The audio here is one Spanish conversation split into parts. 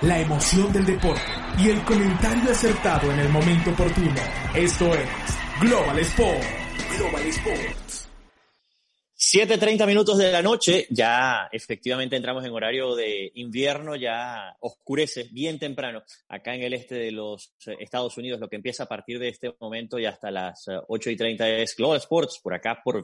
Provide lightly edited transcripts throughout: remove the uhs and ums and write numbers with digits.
la emoción del deporte y el comentario acertado en el momento oportuno. Esto es Global Sport. Global Sports. 7:30 minutos de la noche, ya efectivamente entramos en horario de invierno, ya oscurece bien temprano acá en el este de los Estados Unidos. Lo que empieza a partir de este momento y hasta las 8:30 es Global Sports, por acá por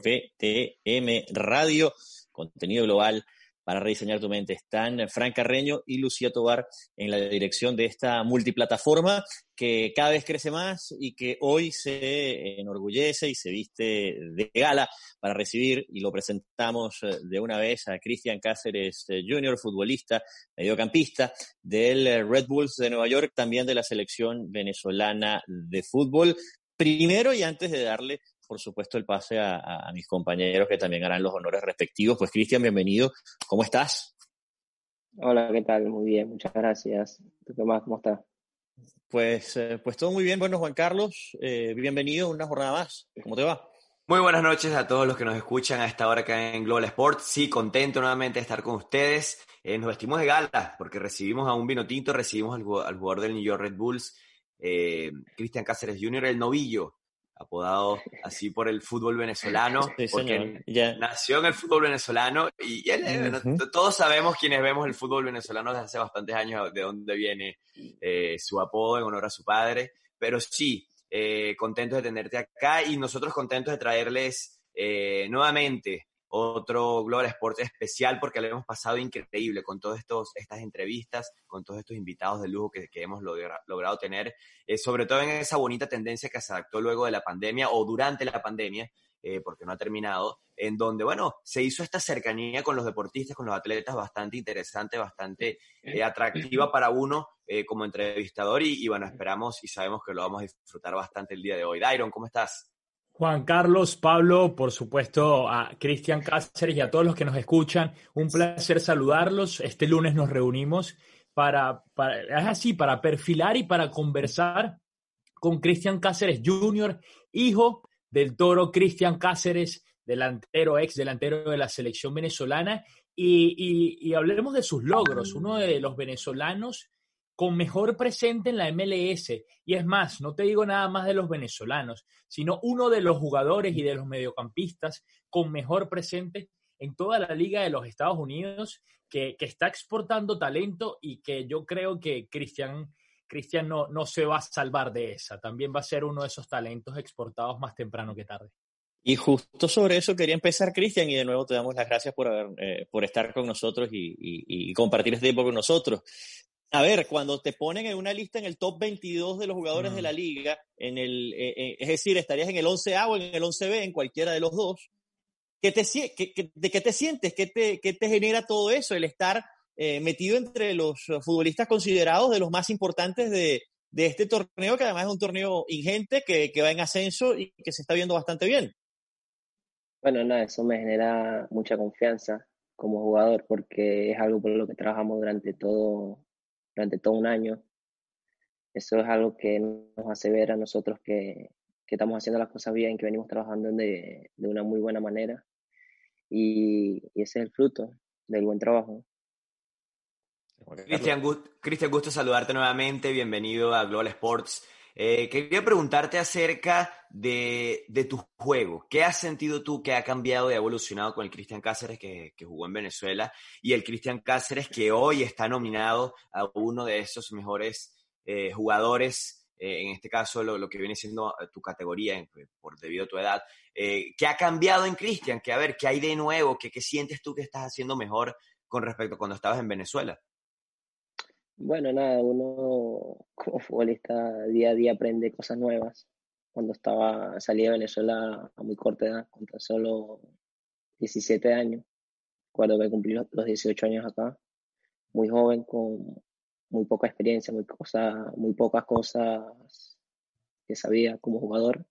VTM Radio, contenido global para rediseñar tu mente. Están Fran Carreño y Lucía Tovar en la dirección de esta multiplataforma que cada vez crece más y que hoy se enorgullece y se viste de gala para recibir, y lo presentamos de una vez, a Cristian Cáceres Jr., futbolista, mediocampista del Red Bulls de Nueva York, también de la selección venezolana de fútbol. Primero, y antes de darle, por supuesto, el pase a mis compañeros que también harán los honores respectivos, pues Cristian, bienvenido. ¿Cómo estás? Hola, ¿qué tal? Muy bien, muchas gracias. ¿Tú qué más? ¿Cómo estás? Pues todo muy bien. Bueno, Juan Carlos, bienvenido a una jornada más. ¿Cómo te va? Muy buenas noches a todos los que nos escuchan a esta hora acá en Global Sport. Sí, contento nuevamente de estar con ustedes. Nos vestimos de gala porque recibimos a un vino tinto, recibimos al jugador del New York Red Bulls, Cristian Cáceres Jr., el novillo, apodado así por el fútbol venezolano, Sí, porque señor. nació en el fútbol venezolano y él, todos sabemos quienes vemos el fútbol venezolano desde hace bastantes años de dónde viene su apodo en honor a su padre, pero sí, contentos de tenerte acá y nosotros contentos de traerles nuevamente otro Global Sport especial, porque lo hemos pasado increíble con todas estas entrevistas, con todos estos invitados de lujo que hemos logrado tener, sobre todo en esa bonita tendencia que se adaptó luego de la pandemia o durante la pandemia, porque no ha terminado, en donde, bueno, se hizo esta cercanía con los deportistas, con los atletas, bastante interesante, bastante atractiva para uno como entrevistador y bueno, esperamos y sabemos que lo vamos a disfrutar bastante el día de hoy. Dairon, ¿cómo estás? Juan Carlos, Pablo, por supuesto, a Cristian Cáceres y a todos los que nos escuchan, un placer saludarlos. Este lunes nos reunimos para perfilar y para conversar con Cristian Cáceres Jr., hijo del Toro Cristian Cáceres, ex delantero de la selección venezolana, y hablemos de sus logros, uno de los venezolanos con mejor presente en la MLS. Y es más, no te digo nada más de los venezolanos, sino uno de los jugadores y de los mediocampistas con mejor presente en toda la Liga de los Estados Unidos, que está exportando talento y que yo creo que Cristian no se va a salvar de esa. También va a ser uno de esos talentos exportados más temprano que tarde. Y justo sobre eso quería empezar, Cristian, y de nuevo te damos las gracias por estar con nosotros y compartir este tiempo con nosotros. A ver, cuando te ponen en una lista en el top 22 de los jugadores de la liga, es decir, estarías en el 11A o en el 11B, en cualquiera de los dos, ¿de qué te sientes? ¿Qué te genera todo eso? El estar metido entre los futbolistas considerados de los más importantes de este torneo, que además es un torneo ingente, que va en ascenso y que se está viendo bastante bien. Bueno, nada, eso me genera mucha confianza como jugador porque es algo por lo que trabajamos durante todo un año. Eso es algo que nos hace ver a nosotros que estamos haciendo las cosas bien, que venimos trabajando de una muy buena manera y ese es el fruto del buen trabajo. Cristian, gusto saludarte nuevamente, bienvenido a Global Sports. Quería preguntarte acerca de tu juego. ¿Qué has sentido tú que ha cambiado y ha evolucionado con el Cristian Cáceres que jugó en Venezuela y el Cristian Cáceres que hoy está nominado a uno de esos mejores jugadores, en este caso lo que viene siendo tu categoría debido a tu edad? ¿Qué ha cambiado en Cristian? ¿Qué hay de nuevo? ¿Qué sientes tú que estás haciendo mejor con respecto a cuando estabas en Venezuela? Bueno, nada, uno como futbolista día a día aprende cosas nuevas. Cuando salí de Venezuela a muy corta edad, con tan solo 17 años, recuerdo que cumplí los 18 años acá, muy joven, con muy poca experiencia, muy pocas cosas que sabía como jugador.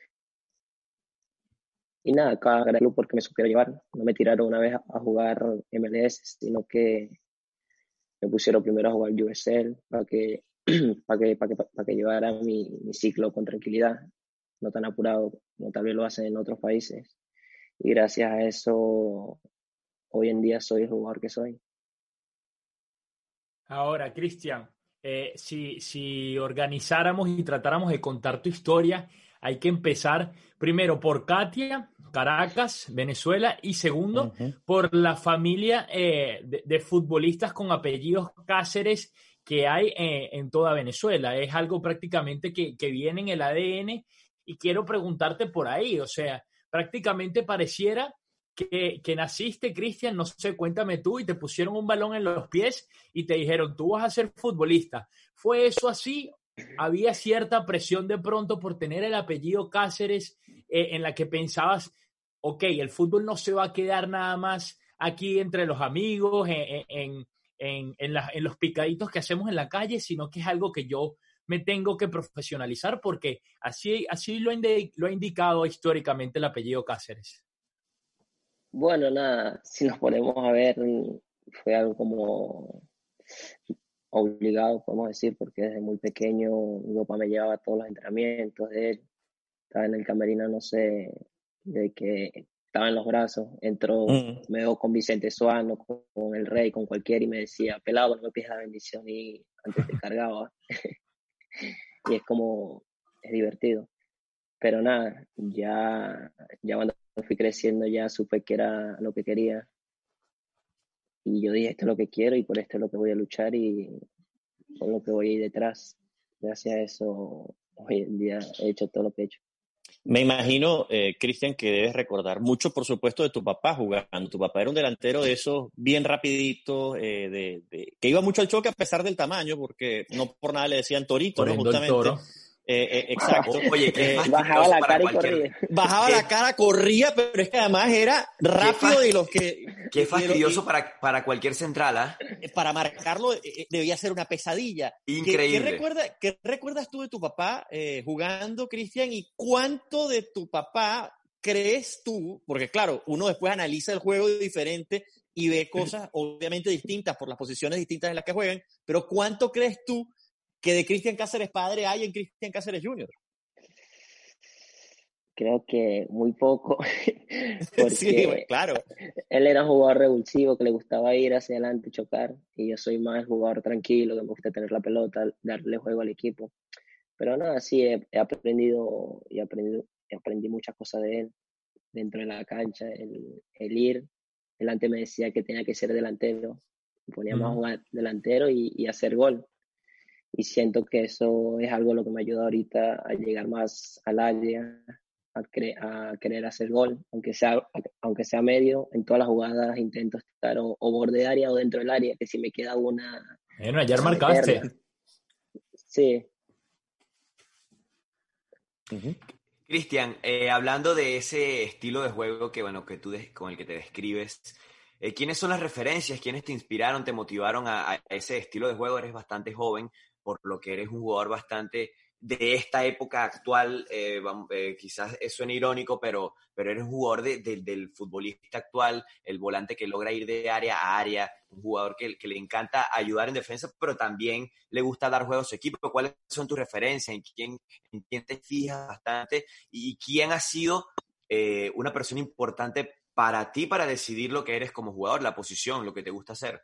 Y nada, acá era el club porque me supieron llevar. No me tiraron una vez a jugar MLS, sino que me pusieron primero a jugar USL para que llevara mi ciclo con tranquilidad, no tan apurado como tal vez lo hacen en otros países. Y gracias a eso, hoy en día soy el jugador que soy. Ahora, Cristian, si organizáramos y tratáramos de contar tu historia, hay que empezar primero por Katia, Caracas, Venezuela, y segundo, por la familia de futbolistas con apellidos Cáceres que hay en toda Venezuela. Es algo prácticamente que viene en el ADN, y quiero preguntarte por ahí. O sea, prácticamente pareciera que naciste, Cristian, no sé, cuéntame tú, y te pusieron un balón en los pies y te dijeron, tú vas a ser futbolista. ¿Fue eso así? ¿Había cierta presión de pronto por tener el apellido Cáceres, en la que pensabas, ok, el fútbol no se va a quedar nada más aquí entre los amigos, en los picaditos que hacemos en la calle, sino que es algo que yo me tengo que profesionalizar, porque así lo ha indicado históricamente el apellido Cáceres? Bueno, nada, si nos ponemos a ver, fue algo como obligado, podemos decir, porque desde muy pequeño mi papá me llevaba a todos los entrenamientos de él. Estaba en el camerino, no sé, de que estaba en los brazos, entró, me veo con Vicente Suano, con el Rey, con cualquiera, y me decía, pelado, no me pides la bendición, y antes te cargaba. Y es divertido. Pero nada, ya cuando fui creciendo ya supe que era lo que quería. Y yo dije, esto es lo que quiero y por esto es lo que voy a luchar y con lo que voy a ir detrás. Gracias a eso, hoy en día he hecho todo lo que he hecho. Me imagino, Cristian, que debes recordar mucho, por supuesto, de tu papá jugando. Tu papá era un delantero de esos bien rapidito, que iba mucho al choque a pesar del tamaño, porque no por nada le decían Torito, ¿no? Justamente. Toro. Exacto. Oye, bajaba la cara y corría. Bajaba la cara, corría, pero es que además era rápido y los que... Qué fastidioso para cualquier central, ¿ah? Para marcarlo debía ser una pesadilla. Increíble. ¿Qué recuerdas tú de tu papá jugando, Cristian? ¿Y cuánto de tu papá crees tú? Porque claro, uno después analiza el juego diferente y ve cosas obviamente distintas por las posiciones distintas en las que juegan, pero ¿cuánto crees tú que de Cristian Cáceres padre hay en Cristian Cáceres Jr.? Creo que muy poco, porque sí, bueno, claro. Él era un jugador revulsivo que le gustaba ir hacia adelante, chocar, y yo soy más jugador tranquilo, que me gusta tener la pelota, darle juego al equipo. Pero nada, sí, he aprendido y aprendí muchas cosas de él dentro de la cancha, el ir. Él antes me decía que tenía que ser delantero, me poníamos a jugar delantero y hacer gol. Y siento que eso es algo lo que me ayuda ahorita a llegar más al área, a querer hacer gol, aunque sea medio. En todas las jugadas intento estar o borde de área o dentro del área, que si me queda una... Bueno, ayer marcaste. Sí. Cristian, hablando de ese estilo de juego que tú con el que te describes, ¿quiénes son las referencias? ¿Quiénes te inspiraron, te motivaron a ese estilo de juego? Eres bastante joven, por lo que eres un jugador bastante de esta época actual. Quizás suene irónico, pero eres un jugador del futbolista actual, el volante que logra ir de área a área, un jugador que le encanta ayudar en defensa, pero también le gusta dar juego a su equipo. ¿Cuáles son tus referencias? ¿En quién te fijas bastante? ¿Y quién ha sido una persona importante para ti para decidir lo que eres como jugador, la posición, lo que te gusta hacer?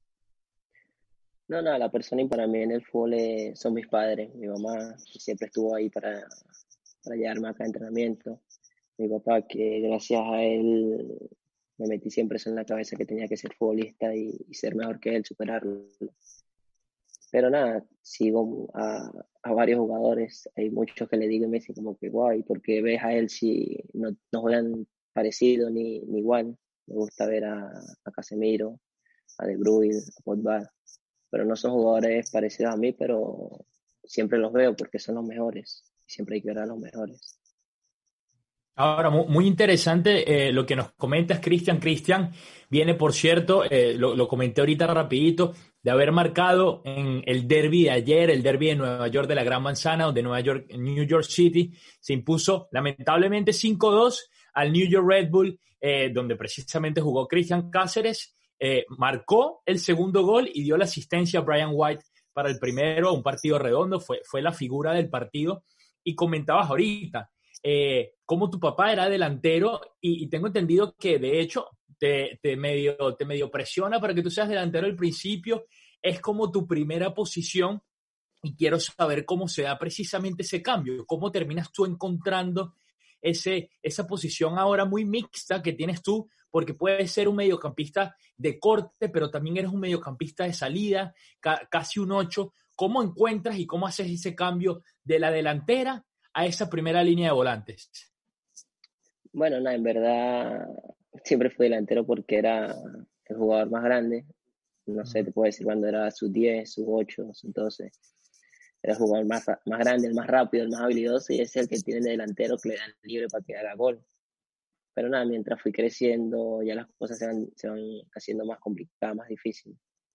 No, la persona para mí en el fútbol son mis padres. Mi mamá, que siempre estuvo ahí para llevarme acá a entrenamiento. Mi papá, que gracias a él me metí siempre eso en la cabeza, que tenía que ser futbolista y ser mejor que él, superarlo. Pero nada, sigo a varios jugadores. Hay muchos que le digo y me dicen como que guay, porque ves a él si no juegan parecido ni igual. Me gusta ver a Casemiro, a De Bruyne, a Pogba. Pero no son jugadores parecidos a mí, pero siempre los veo porque son los mejores. Siempre hay que ver a los mejores. Ahora, muy interesante lo que nos comentas, Cristian. Cristian viene, por cierto, lo comenté ahorita rapidito, de haber marcado en el derbi de ayer, el derbi de Nueva York de la Gran Manzana, donde New York City se impuso lamentablemente 5-2 al New York Red Bull, donde precisamente jugó Cristian Cáceres. Marcó el segundo gol y dio la asistencia a Brian White para el primero, un partido redondo, fue la figura del partido. Y comentabas ahorita cómo tu papá era delantero y tengo entendido que de hecho te medio presiona para que tú seas delantero al principio. es como tu primera posición y quiero saber cómo se da precisamente ese cambio, cómo terminas tú encontrando esa posición ahora muy mixta que tienes tú, porque puedes ser un mediocampista de corte, pero también eres un mediocampista de salida, casi un 8. ¿Cómo encuentras y cómo haces ese cambio de la delantera a esa primera línea de volantes? Bueno, en verdad siempre fui delantero porque era el jugador más grande. No sé, te puedo decir cuando era sub 10, sub 8, sub 12. Era el jugador más grande, el más rápido, el más habilidoso y es el que tiene de delantero que le dan libre para que haga gol. Pero mientras fui creciendo ya las cosas se van haciendo más complicadas, más difíciles.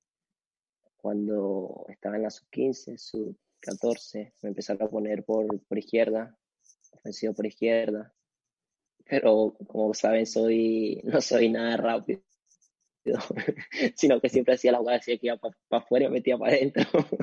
Cuando estaba en la sub 15, sub 14, me empezaron a poner por izquierda, ofensivo por izquierda. Pero como saben, no soy nada rápido, sino que siempre hacía la jugada, decía que iba para afuera y me metía para adentro.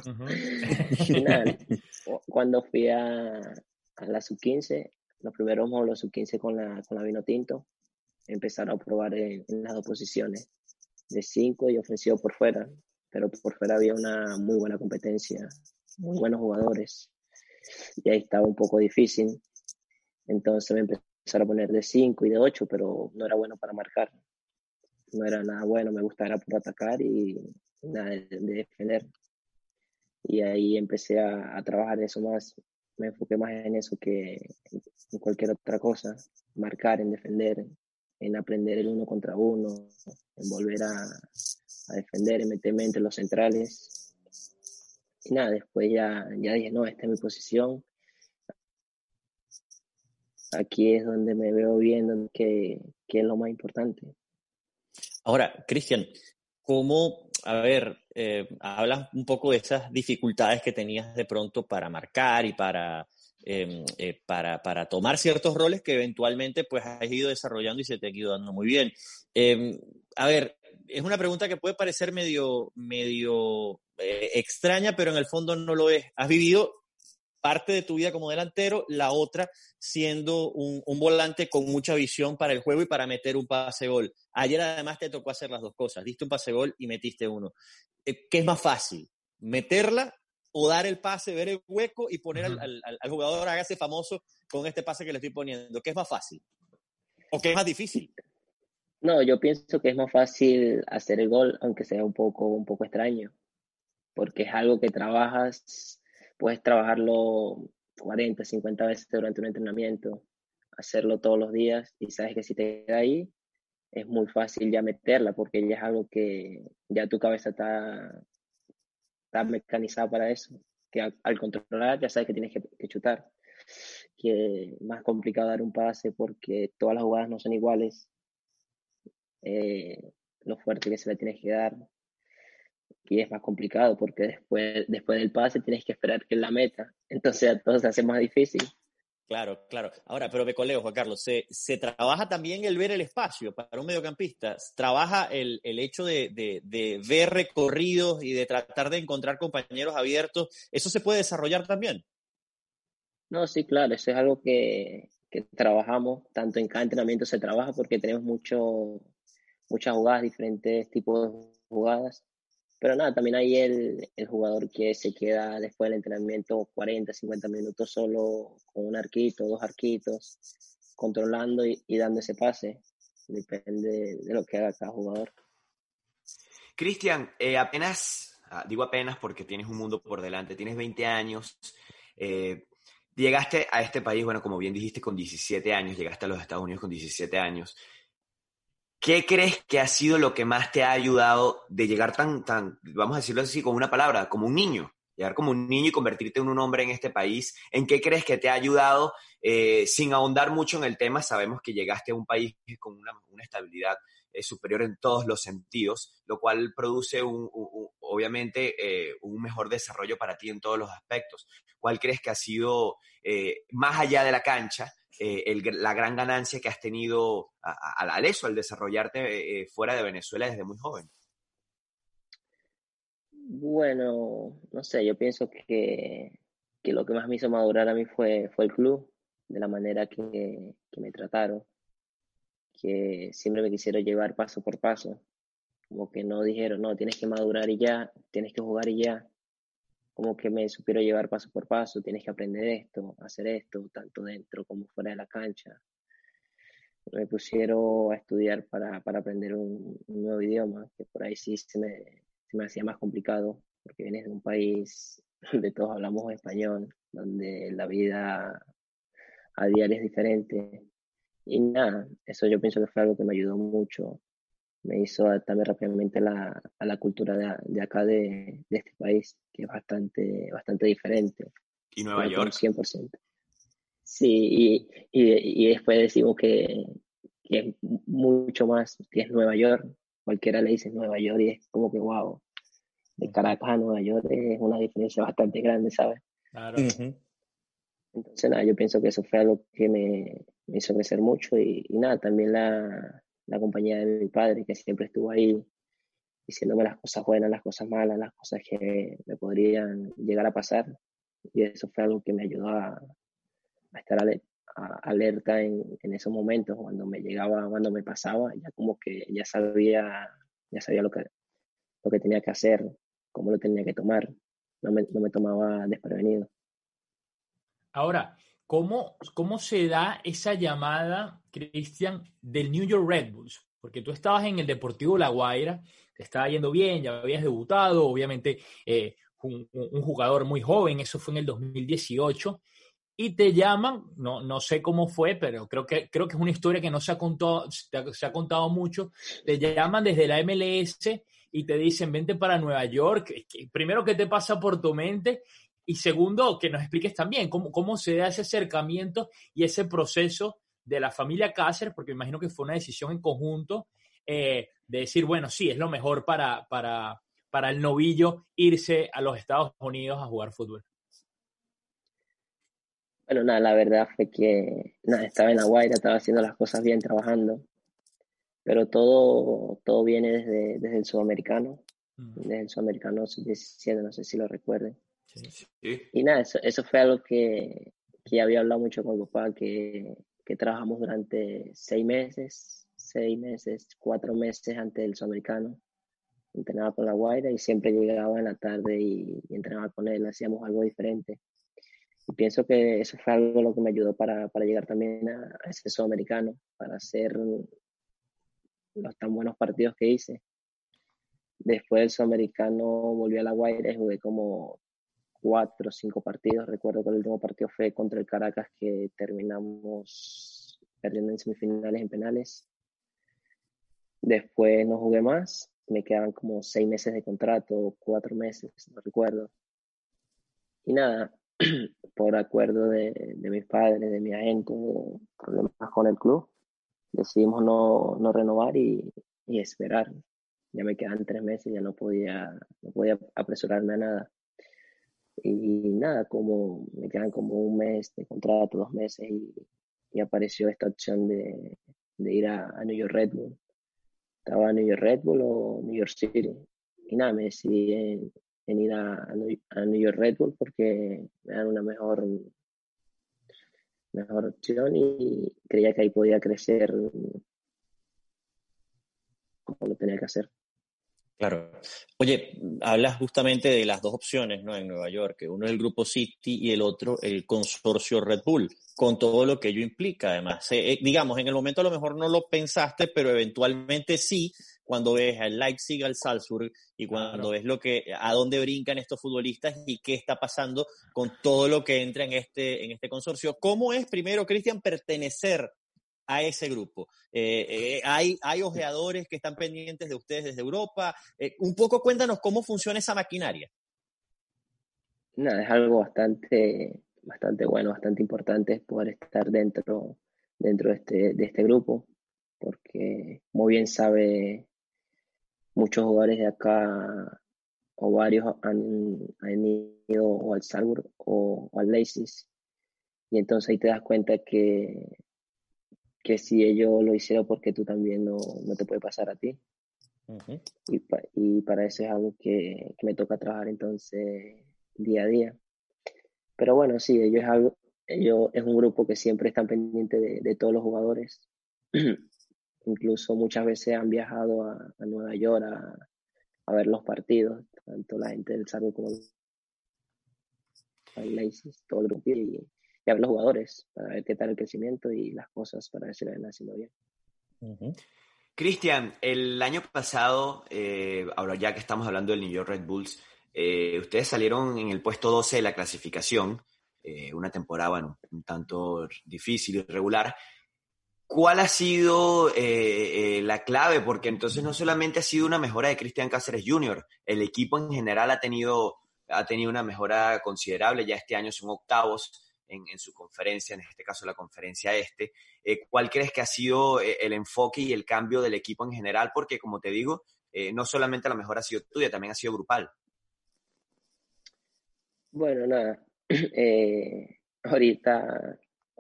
Y cuando fui a la sub-15, los primeros módulos sub-15 con la vino tinto, empezaron a probar en las dos posiciones, de 5 y ofensivo por fuera, pero por fuera había una muy buena competencia, muy buenos jugadores, y ahí estaba un poco difícil, entonces me empezaron a poner de 5 y de 8, pero no era bueno para marcar, no era nada bueno, me gustaba por atacar y nada de defender. Y ahí empecé a trabajar eso más, me enfoqué más en eso que en cualquier otra cosa, marcar, en defender, en aprender el uno contra uno, en volver a defender, en meterme entre los centrales. Y nada, después ya dije, no, esta es mi posición, aquí es donde me veo bien, que es lo más importante. Ahora, Cristian, ¿cómo, a ver, hablas un poco de esas dificultades que tenías de pronto para marcar y para tomar ciertos roles que eventualmente pues has ido desarrollando y se te ha ido dando muy bien? A ver, es una pregunta que puede parecer medio extraña, pero en el fondo no lo es. Has vivido parte de tu vida como delantero, la otra siendo un volante con mucha visión para el juego y para meter un pase-gol. Ayer además te tocó hacer las dos cosas, diste un pase-gol y metiste uno. ¿Qué es más fácil? ¿Meterla o dar el pase, ver el hueco y poner al jugador, hágase famoso con este pase que le estoy poniendo? ¿Qué es más fácil? ¿O qué es más difícil? No, yo pienso que es más fácil hacer el gol, aunque sea un poco extraño, porque es algo que puedes trabajarlo 40, 50 veces durante un entrenamiento, hacerlo todos los días y sabes que si te queda ahí es muy fácil ya meterla porque ya es algo que ya tu cabeza está mecanizada para eso, que al controlar ya sabes que tienes que chutar, que es más complicado dar un pase porque todas las jugadas no son iguales, lo fuerte que se le tienes que dar. Y es más complicado porque después del pase tienes que esperar que la meta. Entonces todo se hace más difícil. Claro, claro. Ahora, pero me coleo, Juan Carlos, se trabaja también el ver el espacio para un mediocampista. Trabaja el hecho de ver recorridos y de tratar de encontrar compañeros abiertos. ¿Eso se puede desarrollar también? No, sí, claro, eso es algo que trabajamos, tanto en cada entrenamiento se trabaja porque tenemos muchas jugadas, diferentes tipos de jugadas. Pero nada, también hay el jugador que se queda después del entrenamiento 40, 50 minutos solo con un arquito, dos arquitos, controlando y dando ese pase. Depende de lo que haga cada jugador. Cristian, digo apenas porque tienes un mundo por delante, tienes 20 años, llegaste a este país, bueno, como bien dijiste, con 17 años, llegaste a los Estados Unidos con 17 años. ¿Qué crees que ha sido lo que más te ha ayudado de llegar vamos a decirlo así, con una palabra, como un niño? Llegar como un niño y convertirte en un hombre en este país. ¿En qué crees que te ha ayudado? Sin ahondar mucho en el tema, sabemos que llegaste a un país con una estabilidad superior en todos los sentidos, lo cual produce obviamente un mejor desarrollo para ti en todos los aspectos. ¿Cuál crees que ha sido, más allá de la cancha, la gran ganancia que has tenido al desarrollarte fuera de Venezuela desde muy joven? Bueno, no sé, yo pienso que lo que más me hizo madurar a mí fue el club, de la manera que me trataron, que siempre me quisieron llevar paso por paso. como que no dijeron, no, tienes que madurar y ya, tienes que jugar y ya, como que me supieron llevar paso por paso, tienes que aprender esto, hacer esto, tanto dentro como fuera de la cancha. Me pusieron a estudiar para aprender un nuevo idioma, que por ahí sí se me hacía más complicado, porque vienes de un país donde todos hablamos español, donde la vida a diario es diferente. Y nada, eso yo pienso que fue algo que me ayudó mucho, me hizo adaptarme rápidamente a la cultura de acá, de este país, que es bastante diferente, ¿Y Nueva creo que un York? 100%. Sí, y después decimos que es mucho más, que es Nueva York. Cualquiera le dice Nueva York y es como que, wow, de Caracas a Nueva York es una diferencia bastante grande, ¿sabes? Claro. Ujú. Entonces, nada, yo pienso que eso fue algo que me hizo crecer mucho y nada, también la compañía de mi padre, que siempre estuvo ahí diciéndome las cosas buenas, las cosas malas, las cosas que me podrían llegar a pasar. Y eso fue algo que me ayudó a estar alerta en esos momentos, cuando me pasaba, ya como que ya sabía lo que tenía que hacer, cómo lo tenía que tomar, no me tomaba desprevenido. Ahora, ¿cómo se da esa llamada, Cristian, del New York Red Bulls? Porque tú estabas en el Deportivo La Guaira, te estaba yendo bien, ya habías debutado, obviamente un jugador muy joven, eso fue en el 2018, y te llaman, no sé cómo fue, pero creo que es una historia que no se ha contado mucho, te llaman desde la MLS y te dicen, vente para Nueva York. Primero, ¿qué te pasa por tu mente? Y segundo, que nos expliques también cómo se da ese acercamiento y ese proceso de la familia Cáceres, porque me imagino que fue una decisión en conjunto, de decir, bueno, sí, es lo mejor para el novillo irse a los Estados Unidos a jugar fútbol. Bueno, nada, la verdad fue que nada, estaba en La Guaira, estaba haciendo las cosas bien, trabajando, pero todo viene desde el sudamericano, desde el sudamericano sub-17, no sé si lo recuerden. Sí. Sí. Y nada, eso fue algo que ya había hablado mucho con mi papá, que trabajamos durante 6 meses, 4 meses antes del sudamericano. Entrenaba con La Guaira y siempre llegaba en la tarde y entrenaba con él, hacíamos algo diferente. Y pienso que eso fue algo lo que me ayudó para llegar también a ese sudamericano, para hacer los tan buenos partidos que hice. Después del sudamericano volví a La Guaira y jugué como 4 o 5 partidos. Recuerdo que el último partido fue contra el Caracas, que terminamos perdiendo en semifinales en penales. Después no jugué más, me quedaban como 6 meses de contrato, 4 meses, no recuerdo. Y nada, por acuerdo de mis padres, de mi agente, problemas con el club, decidimos no renovar y esperar. Ya me quedan 3 meses, ya no podía apresurarme a nada. Y nada, como me quedan como un mes de contrato, 2 meses, y apareció esta opción de ir a New York Red Bull. Estaba New York Red Bull o New York City. Y nada, me decidí en ir a New York Red Bull porque me dan una mejor opción y creía que ahí podía crecer como lo tenía que hacer. Claro. Oye, hablas justamente de las dos opciones, ¿no? En Nueva York, que uno es el Grupo City y el otro el consorcio Red Bull, con todo lo que ello implica, además. Digamos, en el momento a lo mejor no lo pensaste, pero eventualmente sí, cuando ves al Leipzig, al Salzburg, y cuando ves a dónde brincan estos futbolistas y qué está pasando con todo lo que entra en este consorcio. ¿Cómo es, primero, Cristian, pertenecer a ese grupo? Hay ojeadores que están pendientes de ustedes desde Europa. Un poco cuéntanos cómo funciona esa maquinaria. Nada, es algo bastante bueno, bastante importante poder estar dentro de este grupo, porque como bien sabe, muchos jugadores de acá o varios han ido o al Salzburg o al Leipzig, y entonces ahí te das cuenta que si ellos lo hicieron, porque tú también no te puede pasar a ti. Uh-huh. Y para eso es algo que me toca trabajar entonces día a día. Pero bueno, sí, ellos es un grupo que siempre están pendientes de todos los jugadores. incluso muchas veces han viajado a Nueva York a ver los partidos, tanto la gente del Sargo como el Laces, todo el grupo, y a ver los jugadores, para ver qué tal el crecimiento y las cosas, para ver si lo van haciendo bien. Uh-huh. Cristian, el año pasado, ahora ya que estamos hablando del New York Red Bulls, ustedes salieron en el puesto 12 de la clasificación, una temporada, bueno, un tanto difícil y irregular. ¿Cuál ha sido la clave? Porque entonces no solamente ha sido una mejora de Cristian Cáceres Jr., el equipo en general ha tenido una mejora considerable. Ya este año son octavos en su conferencia, en este caso la conferencia este. ¿Cuál crees que ha sido el enfoque y el cambio del equipo en general? Porque, como te digo, no solamente la mejora ha sido tuya, también ha sido grupal. Bueno, nada, ahorita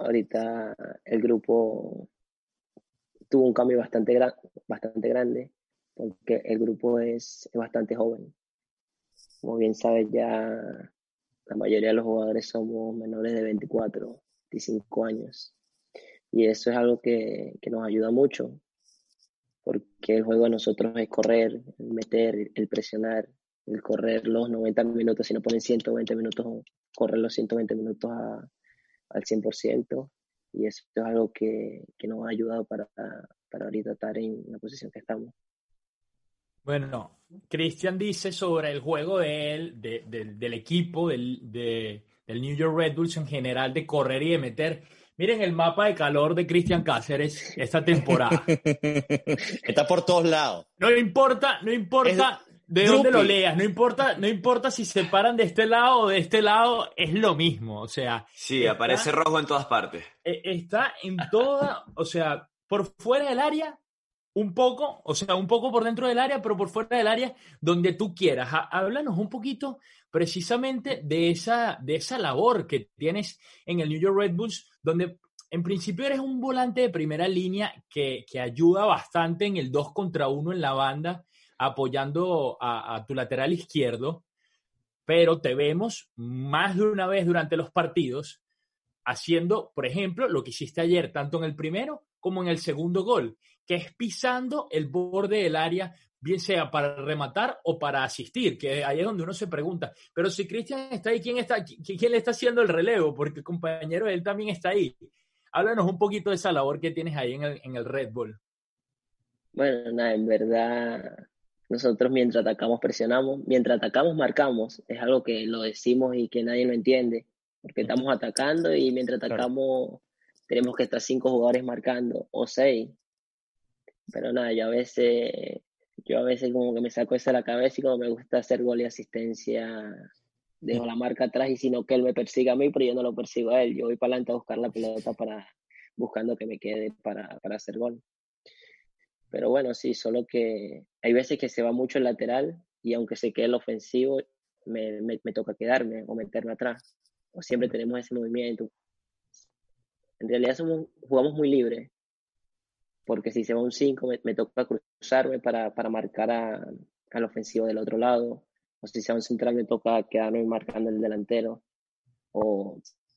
el grupo tuvo un cambio bastante grande, porque el grupo es bastante joven. Como bien sabes, ya la mayoría de los jugadores somos menores de 24, 25 años. Y eso es algo que nos ayuda mucho, porque el juego de nosotros es correr, el meter, el presionar, el correr los 90 minutos. Si nos ponen 120 minutos, correr los 120 minutos al 100%. Y eso es algo que nos ha ayudado para ahorita estar en la posición que estamos. Bueno, Cristian dice sobre el juego del equipo, del New York Red Bulls en general, de correr y de meter. Miren el mapa de calor de Cristian Cáceres esta temporada. Está por todos lados. No importa de dónde lo leas, no importa si se paran de este lado o de este lado, es lo mismo. O sea, sí, aparece rojo en todas partes. Está en toda, o sea, por fuera del área, un poco por dentro del área, pero por fuera del área, donde tú quieras. Háblanos un poquito precisamente de esa labor que tienes en el New York Red Bulls, donde en principio eres un volante de primera línea que ayuda bastante en el 2 contra 1 en la banda, apoyando a tu lateral izquierdo, pero te vemos más de una vez durante los partidos haciendo, por ejemplo, lo que hiciste ayer, tanto en el primero como en el segundo gol, que es pisando el borde del área, bien sea para rematar o para asistir, que ahí es donde uno se pregunta, pero si Cristian está ahí, ¿quién le está haciendo el relevo? Porque el compañero de él también está ahí. Háblanos un poquito de esa labor que tienes ahí en el Red Bull. Bueno, nada, en verdad, nosotros mientras atacamos presionamos, mientras atacamos marcamos, es algo que lo decimos y que nadie lo entiende, porque estamos atacando y mientras atacamos tenemos que estar 5 jugadores marcando o 6. Pero nada, yo a veces como que me saco eso de la cabeza y como me gusta hacer gol y asistencia, dejo la marca atrás y sino que él me persiga a mí, pero yo no lo persigo a él. Yo voy para adelante a buscar la pelota buscando que me quede para hacer gol. Pero bueno, sí, solo que hay veces que se va mucho el lateral y aunque se quede el ofensivo, me toca quedarme o meterme atrás. O siempre tenemos ese movimiento. En realidad jugamos muy libre, porque si se va un 5 me toca cruzarme para marcar al ofensivo del otro lado, o si se va un central me toca quedarme marcando el delantero, o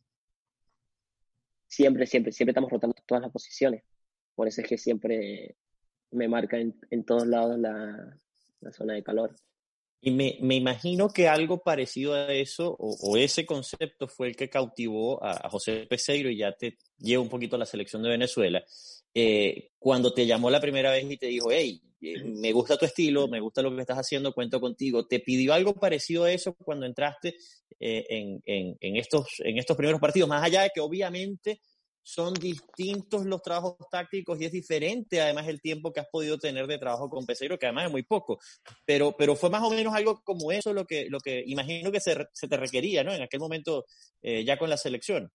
siempre estamos rotando todas las posiciones, por eso es que siempre me marca en todos lados la zona de calor. Y me imagino que algo parecido a eso, o ese concepto fue el que cautivó a José Peseiro, y ya te llevo un poquito a la selección de Venezuela, cuando te llamó la primera vez y te dijo, hey, me gusta tu estilo, me gusta lo que estás haciendo, cuento contigo. ¿Te pidió algo parecido a eso cuando entraste en estos primeros partidos? Más allá de que obviamente son distintos los trabajos tácticos y es diferente además el tiempo que has podido tener de trabajo con Peseiro, que además es muy poco, pero fue más o menos algo como eso lo que imagino que se te requería, ¿no? En aquel momento ya con la selección.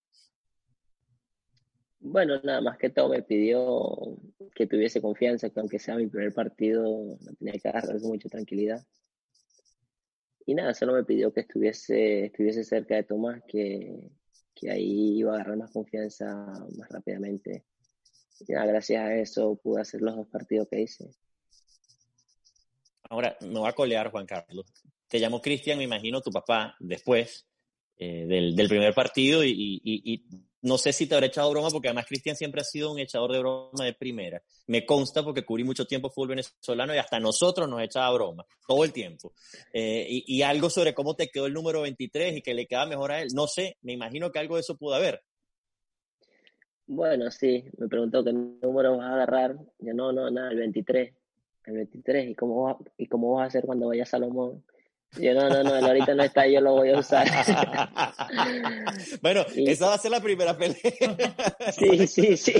Bueno, nada más que todo me pidió que tuviese confianza, que aunque sea mi primer partido, no tenía que agarrar con mucha tranquilidad. Y nada, solo me pidió que estuviese cerca de Tomás, que ahí iba a agarrar más confianza más rápidamente. Y nada, gracias a eso pude hacer los 2 partidos que hice. Ahora, me voy a colear, Juan Carlos. Te llamó Cristian, me imagino, tu papá, después del primer partido, y no sé si te habrá echado broma, porque además Cristian siempre ha sido un echador de broma de primera. Me consta porque cubrí mucho tiempo fútbol venezolano y hasta nosotros nos echaba broma, todo el tiempo. Y algo sobre cómo te quedó el número 23 y que le queda mejor a él. No sé, me imagino que algo de eso pudo haber. Bueno, sí, me preguntó qué número vas a agarrar. Yo, no, nada, el 23. El 23, ¿y cómo vas a hacer cuando vaya Salomón? Yo, no, él ahorita no está, yo lo voy a usar. Bueno, esa va a ser la primera pelea. Sí.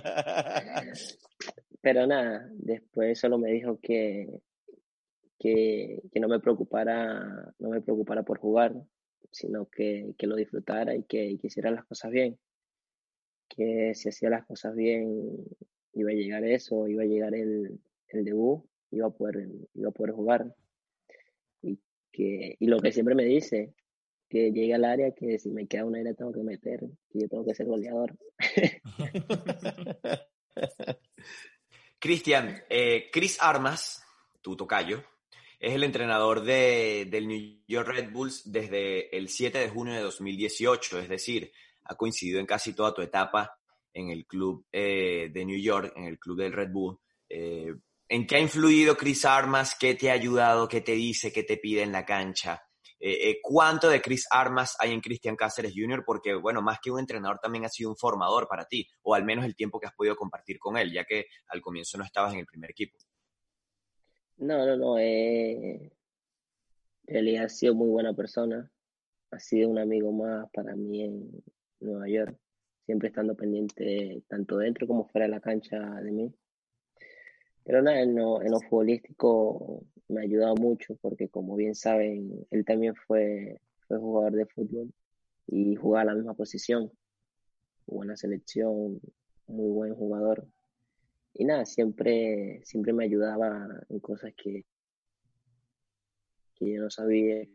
Pero nada, después solo me dijo que no me preocupara por jugar, sino que lo disfrutara y que hiciera las cosas bien. Que si hacía las cosas bien iba a llegar eso, iba a llegar el debut, iba a poder jugar. Y lo que siempre me dice, que llegue al área, que si me queda un aire tengo que meter, que yo tengo que ser goleador. Cristian, Chris Armas, tu tocayo, es el entrenador del New York Red Bulls desde el 7 de junio de 2018, es decir, ha coincidido en casi toda tu etapa en el club de New York, en el club del Red Bull. ¿En qué ha influido Chris Armas? ¿Qué te ha ayudado? ¿Qué te dice? ¿Qué te pide en la cancha? ¿Cuánto de Chris Armas hay en Cristian Cáceres Jr.? Porque, bueno, más que un entrenador también ha sido un formador para ti, o al menos el tiempo que has podido compartir con él, ya que al comienzo no estabas en el primer equipo. No, en realidad ha sido muy buena persona, ha sido un amigo más para mí en Nueva York, siempre estando pendiente tanto dentro como fuera de la cancha de mí. Pero nada, en lo futbolístico me ha ayudado mucho porque, como bien saben, él también fue jugador de fútbol y jugaba la misma posición. Jugó en la selección, muy buen jugador. Y nada, siempre me ayudaba en cosas que yo no sabía,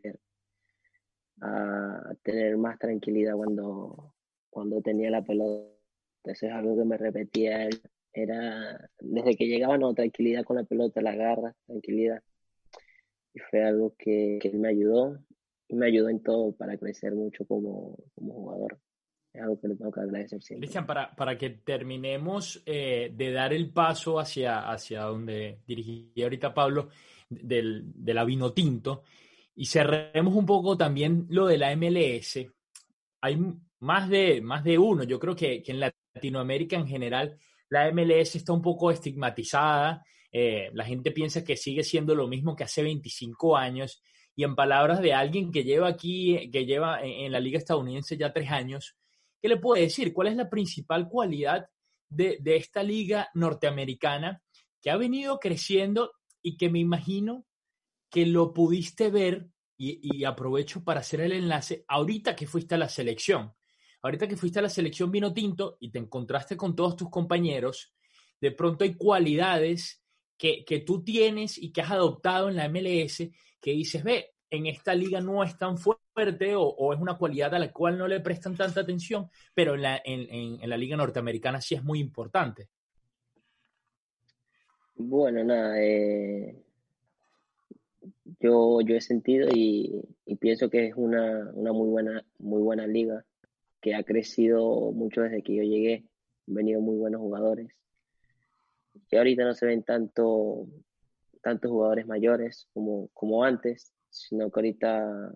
a tener más tranquilidad cuando tenía la pelota. Eso es algo que me repetía él. Era, desde que llegaba, no, tranquilidad con la pelota, la garra, tranquilidad. Y fue algo que él me ayudó, y me ayudó en todo para crecer mucho como jugador. Es algo que le tengo que agradecer siempre. Cristian, para que terminemos de dar el paso hacia donde dirigía ahorita Pablo, de la Vinotinto, y cerremos un poco también lo de la MLS. Hay más de uno. Yo creo que en Latinoamérica en general la MLS está un poco estigmatizada. La gente piensa que sigue siendo lo mismo que hace 25 años. Y en palabras de alguien que lleva en la Liga Estadounidense ya 3 años, ¿qué le puede decir? ¿Cuál es la principal cualidad de esta liga norteamericana que ha venido creciendo y que me imagino que lo pudiste ver, y aprovecho para hacer el enlace, ahorita que fuiste a la selección? Ahorita que fuiste a la selección Vinotinto y te encontraste con todos tus compañeros, de pronto hay cualidades que tú tienes y que has adoptado en la MLS que dices, ve, en esta liga no es tan fuerte o es una cualidad a la cual no le prestan tanta atención, pero en la liga norteamericana sí es muy importante. Bueno, nada, yo he sentido y pienso que es una muy buena liga, que ha crecido mucho desde que yo llegué. Han venido muy buenos jugadores. Y ahorita no se ven tantos jugadores mayores como antes, sino que ahorita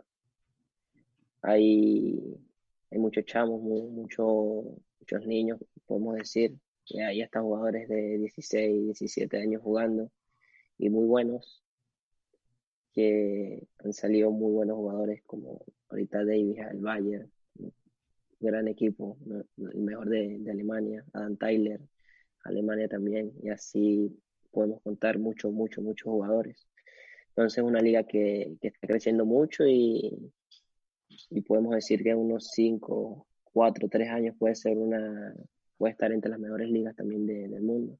hay muchos chamos, muchos niños, podemos decir. Y ahí están jugadores de 16, 17 años jugando y muy buenos, que han salido muy buenos jugadores como ahorita Davis al Bayern, gran equipo, el mejor de Alemania, Adam Tyler, Alemania también, y así podemos contar muchos jugadores. Entonces es una liga que está creciendo mucho y podemos decir que en unos 5, 4, 3 años puede estar entre las mejores ligas también del mundo.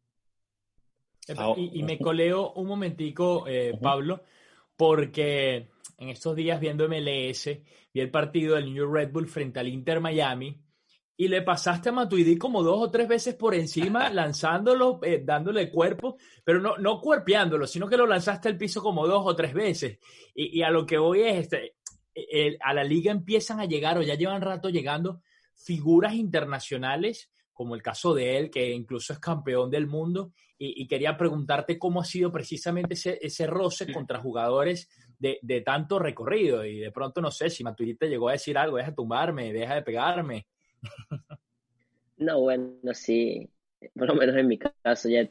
Y me coleo un momentico, Pablo, porque en estos días viendo MLS, vi el partido del New York Red Bull frente al Inter Miami y le pasaste a Matuidi como 2 o 3 veces por encima, lanzándolo, dándole cuerpo, pero no cuerpeándolo, sino que lo lanzaste al piso como 2 o 3 veces. Y a lo que voy es, a la liga empiezan a llegar, o ya llevan rato llegando, figuras internacionales, como el caso de él, que incluso es campeón del mundo, y quería preguntarte cómo ha sido precisamente ese roce contra jugadores de tanto recorrido, y de pronto no sé si Matuidi te llegó a decir algo, deja de tumbarme, deja de pegarme. No, bueno, sí, por lo menos en mi caso ya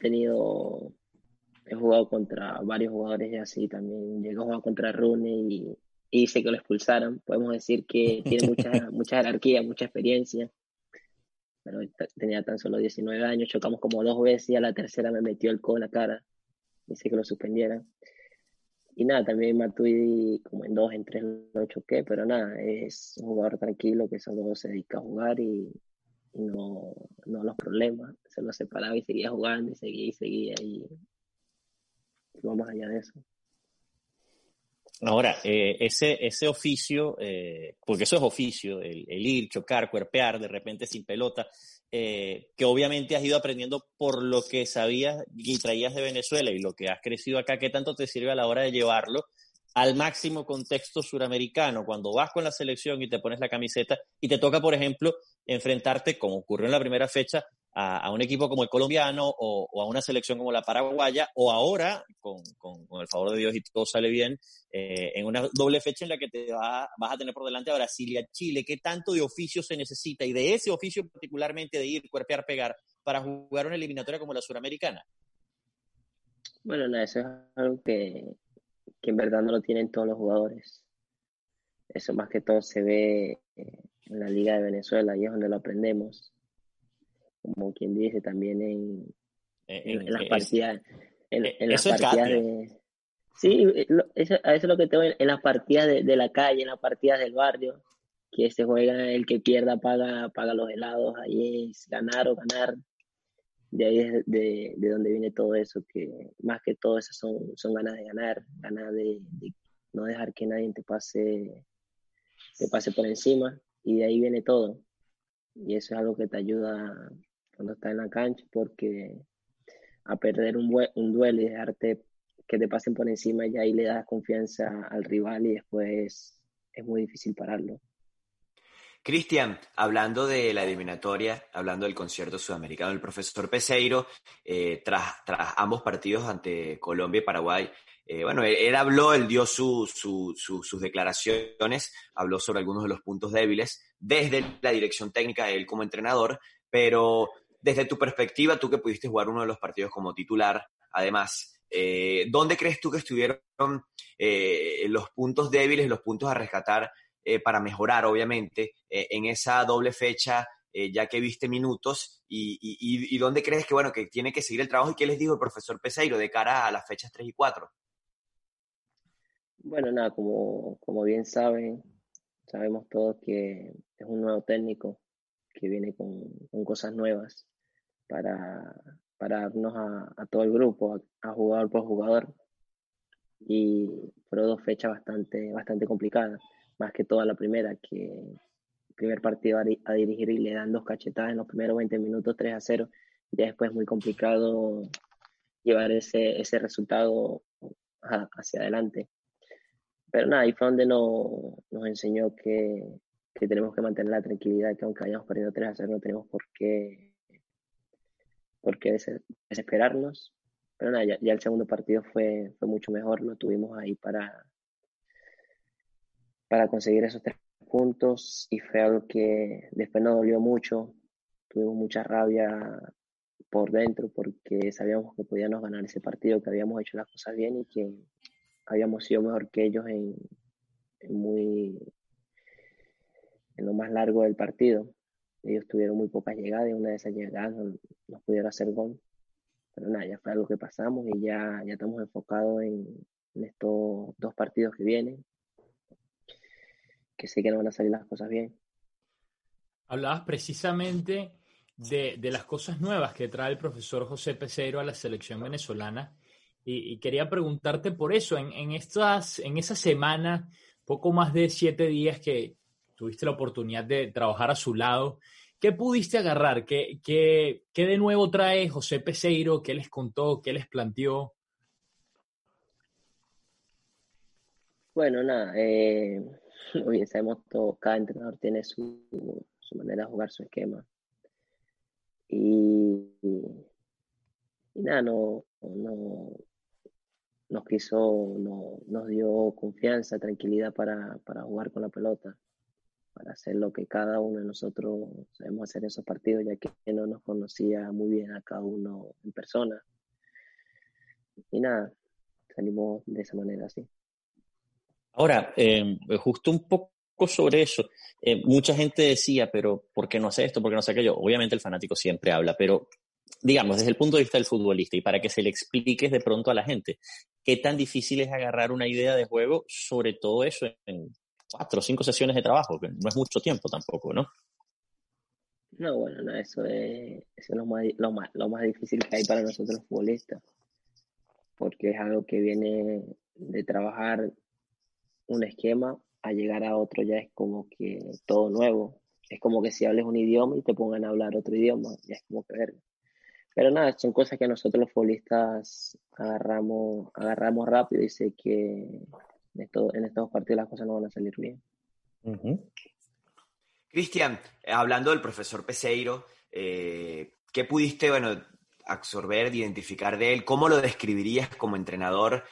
he jugado contra varios jugadores y así también. Llegué a jugar contra Rooney y hice que lo expulsaran. Podemos decir que tiene mucha jerarquía, mucha experiencia, pero tenía tan solo 19 años, chocamos como 2 veces y a la tercera me metió el codo en la cara, hice que lo suspendieran. Y nada, también Matuidi como en 2, en 3 lo choqué, pero nada, es un jugador tranquilo que solo se dedica a jugar y no a los problemas. Se lo separaba y seguía jugando y seguía y vamos allá de eso. Ahora, ese oficio, porque eso es oficio, el ir, chocar, cuerpear, de repente sin pelota, que obviamente has ido aprendiendo por lo que sabías y traías de Venezuela y lo que has crecido acá, ¿qué tanto te sirve a la hora de llevarlo al máximo contexto suramericano? Cuando vas con la selección y te pones la camiseta y te toca, por ejemplo, enfrentarte, como ocurrió en la primera fecha, a un equipo como el colombiano o a una selección como la paraguaya, o ahora, con el favor de Dios y todo sale bien, en una doble fecha en la que vas a tener por delante a Brasil y a Chile. ¿Qué tanto de oficio se necesita? Y de ese oficio particularmente de ir, cuerpear, pegar, para jugar una eliminatoria como la suramericana. Bueno, nada, eso es algo que en verdad no lo tienen todos los jugadores. Eso más que todo se ve en la Liga de Venezuela y es donde lo aprendemos. Como quien dice, también en las partidas, en las partidas de... Sí, a eso es lo que tengo en las partidas de la calle, en las partidas del barrio, que se juega, el que pierda paga los helados, ahí es ganar o ganar. De ahí es de donde viene todo eso, que más que todo eso son ganas de ganar, ganas de no dejar que nadie te pase por encima, y de ahí viene todo. Y eso es algo que te ayuda cuando estás en la cancha, porque a perder un duelo y dejarte que te pasen por encima, ya ahí le das confianza al rival y después es muy difícil pararlo. Cristian, hablando de la eliminatoria, hablando del concierto sudamericano del profesor Peseiro, tras ambos partidos ante Colombia y Paraguay, bueno, él habló, él dio sus declaraciones, habló sobre algunos de los puntos débiles desde la dirección técnica de él como entrenador, pero desde tu perspectiva, tú que pudiste jugar uno de los partidos como titular, además, ¿dónde crees tú que estuvieron los puntos débiles, los puntos a rescatar para mejorar, obviamente, en esa doble fecha, ya que viste minutos, y dónde crees que, bueno, que tiene que seguir el trabajo y qué les dijo el profesor Peseiro de cara a las fechas 3 y 4? Bueno, nada, como bien sabemos todos que es un nuevo técnico que viene con cosas nuevas para darnos a todo el grupo, a jugador por jugador. Y fueron 2 fechas bastante complicadas, más que toda la primera, que el primer partido a dirigir y le dan 2 cachetadas en los primeros 20 minutos, 3-0. Ya después es muy complicado llevar ese resultado hacia adelante. Pero nada, ahí fue donde nos enseñó que tenemos que mantener la tranquilidad, que aunque hayamos perdido 3-0 no tenemos por qué desesperarnos. Pero nada, ya el segundo partido fue mucho mejor, lo tuvimos ahí para conseguir esos 3 puntos y fue algo que después nos dolió mucho, tuvimos mucha rabia por dentro porque sabíamos que podíamos ganar ese partido, que habíamos hecho las cosas bien y que habíamos sido mejor que ellos en lo más largo del partido. Ellos tuvieron muy pocas llegadas y una de esas llegadas nos pudieron hacer gol. Pero nada, ya fue algo que pasamos y ya estamos enfocados en estos 2 partidos que vienen, que sé que no van a salir las cosas bien. Hablabas precisamente de las cosas nuevas que trae el profesor José Peseiro a la selección venezolana y quería preguntarte por eso, en esa semana, poco más de 7 días que tuviste la oportunidad de trabajar a su lado, ¿qué pudiste agarrar? ¿Qué de nuevo trae José Peseiro? ¿Qué les contó? ¿Qué les planteó? Bueno, nada, como bien sabemos, cada entrenador tiene su manera de jugar, su esquema. Y nada, nos dio confianza, tranquilidad para jugar con la pelota, para hacer lo que cada uno de nosotros sabemos hacer en esos partidos, ya que no nos conocía muy bien a cada uno en persona. Y nada, salimos de esa manera así. Ahora, justo un poco sobre eso, mucha gente decía, pero ¿por qué no hace esto? ¿Por qué no hace aquello? Obviamente el fanático siempre habla, pero digamos, desde el punto de vista del futbolista y para que se le expliques de pronto a la gente, ¿qué tan difícil es agarrar una idea de juego, sobre todo eso en 4 o 5 sesiones de trabajo, que no es mucho tiempo tampoco, ¿no? No, bueno, no, eso es lo más difícil que hay para nosotros los futbolistas, porque es algo que viene de trabajar un esquema a llegar a otro, ya es como que todo nuevo. Es como que si hables un idioma y te pongan a hablar otro idioma, ya es como que verga. Pero nada, son cosas que nosotros los futbolistas agarramos rápido y sé que en estos partidos las cosas no van a salir bien. Uh-huh. Cristian, hablando del profesor Peseiro, ¿qué pudiste, absorber, identificar de él? ¿Cómo lo describirías como entrenador?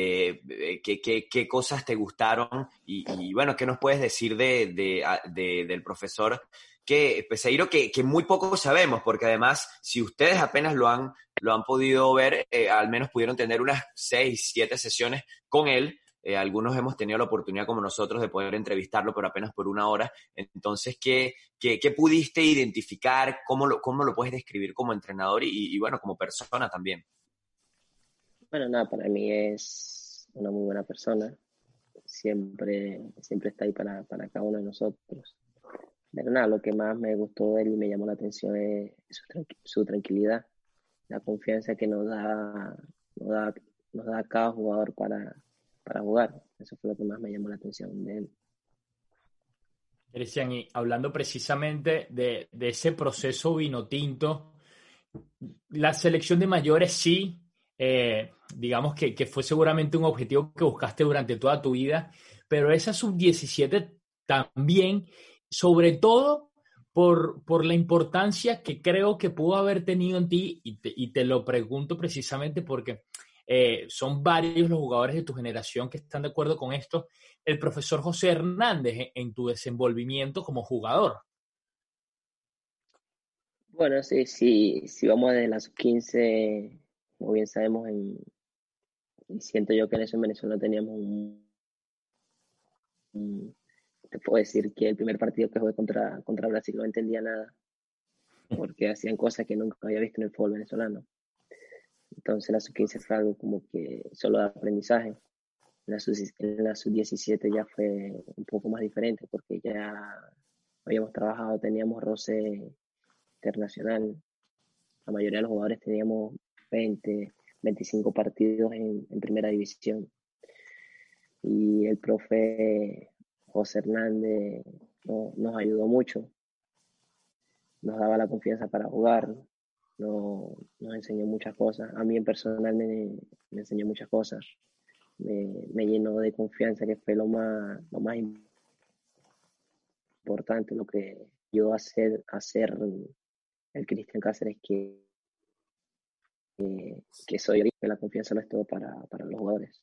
¿Qué cosas te gustaron? Y bueno, ¿qué nos puedes decir del profesor Peseiro, que muy poco sabemos? Porque además, si ustedes apenas lo han podido ver, al menos pudieron tener unas 6, 7 sesiones con él. Algunos hemos tenido la oportunidad, como nosotros, de poder entrevistarlo, pero apenas por 1 hora. Entonces, ¿qué pudiste identificar? ¿Cómo lo puedes describir como entrenador y bueno, como persona también? Bueno, nada, para mí es una muy buena persona. Siempre está ahí para cada uno de nosotros. Pero nada, lo que más me gustó de él y me llamó la atención es su tranquilidad, la confianza que nos da a cada jugador para jugar. Eso fue lo que más me llamó la atención de él. Cristian, y hablando precisamente de ese proceso vinotinto, la selección de mayores sí, digamos que fue seguramente un objetivo que buscaste durante toda tu vida, pero esa sub-17 también, sobre todo por la importancia que creo que pudo haber tenido en ti, y te lo pregunto precisamente porque son varios los jugadores de tu generación que están de acuerdo con esto, el profesor José Hernández en tu desenvolvimiento como jugador. Bueno, sí, vamos desde la sub-15, como bien sabemos, y siento yo que en eso en Venezuela teníamos te puedo decir que el primer partido que jugué contra Brasil no entendía nada, porque hacían cosas que nunca había visto en el fútbol venezolano. Entonces la sub-15 fue algo como que solo de aprendizaje. En la sub-17 ya fue un poco más diferente, porque ya habíamos trabajado, teníamos roce internacional. La mayoría de los jugadores teníamos 20, 25 partidos en primera división. Y el profe José Hernández nos ayudó mucho, nos daba la confianza para jugar, nos enseñó muchas cosas. A mí en personal me enseñó muchas cosas, me llenó de confianza, que fue lo más importante, lo que ayudó a hacer el Cristian Cáceres que soy ahorita, que la confianza no es todo para los jugadores.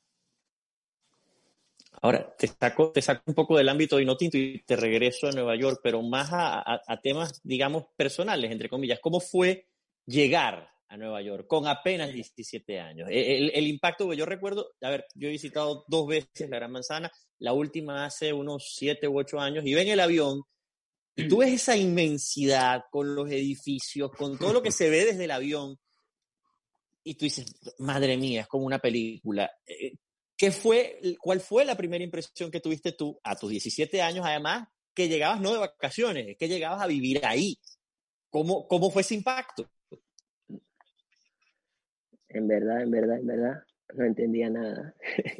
Ahora, te saco un poco del ámbito vinotinto y te regreso a Nueva York, pero más a temas, digamos, personales, entre comillas. ¿Cómo fue llegar a Nueva York con apenas 17 años? El impacto que yo recuerdo, a ver, yo he visitado 2 veces la Gran Manzana, la última hace unos 7 u 8 años, y ven el avión y tú ves esa inmensidad con los edificios, con todo lo que se ve desde el avión, y tú dices, madre mía, es como una película. ¿Cuál fue la primera impresión que tuviste tú a tus 17 años, además, que llegabas no de vacaciones, que llegabas a vivir ahí? ¿Cómo fue ese impacto? En verdad, no entendía nada.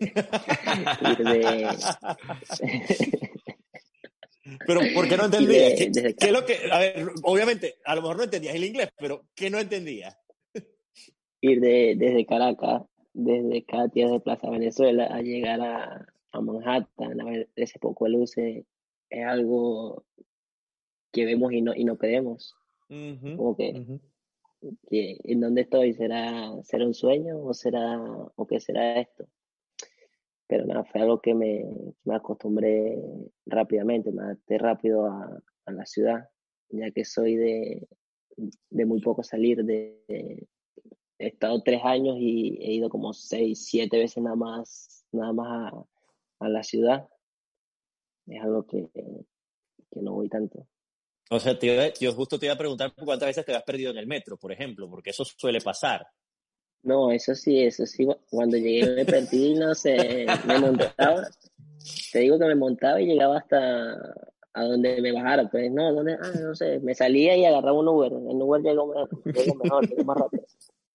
Pero ¿por qué no entendías? ¿Qué es lo que, a ver, obviamente, a lo mejor no entendías el inglés, pero ¿qué no entendías? Ir desde Caracas, desde Katia, de Plaza Venezuela, a llegar a Manhattan, a ver ese poco de luces, es algo vemos y no creemos. Ujú, Como que, ujú. que ¿en dónde estoy? ¿Será un sueño o qué será esto? Pero nada, fue algo que me acostumbré rápidamente, me adapté rápido a la ciudad, ya que soy de muy poco salir. He estado 3 años y he ido como 6, 7 veces nada más a la ciudad. Es algo que no voy tanto. O sea, yo justo te iba a preguntar cuántas veces te has perdido en el metro, por ejemplo, porque eso suele pasar. No, eso sí, cuando llegué me perdí, no sé, me montaba, te digo que me montaba y llegaba hasta a donde me bajara, pues no, ¿dónde? Ah, no sé, me salía y agarraba un Uber, el Uber llegó más rápido.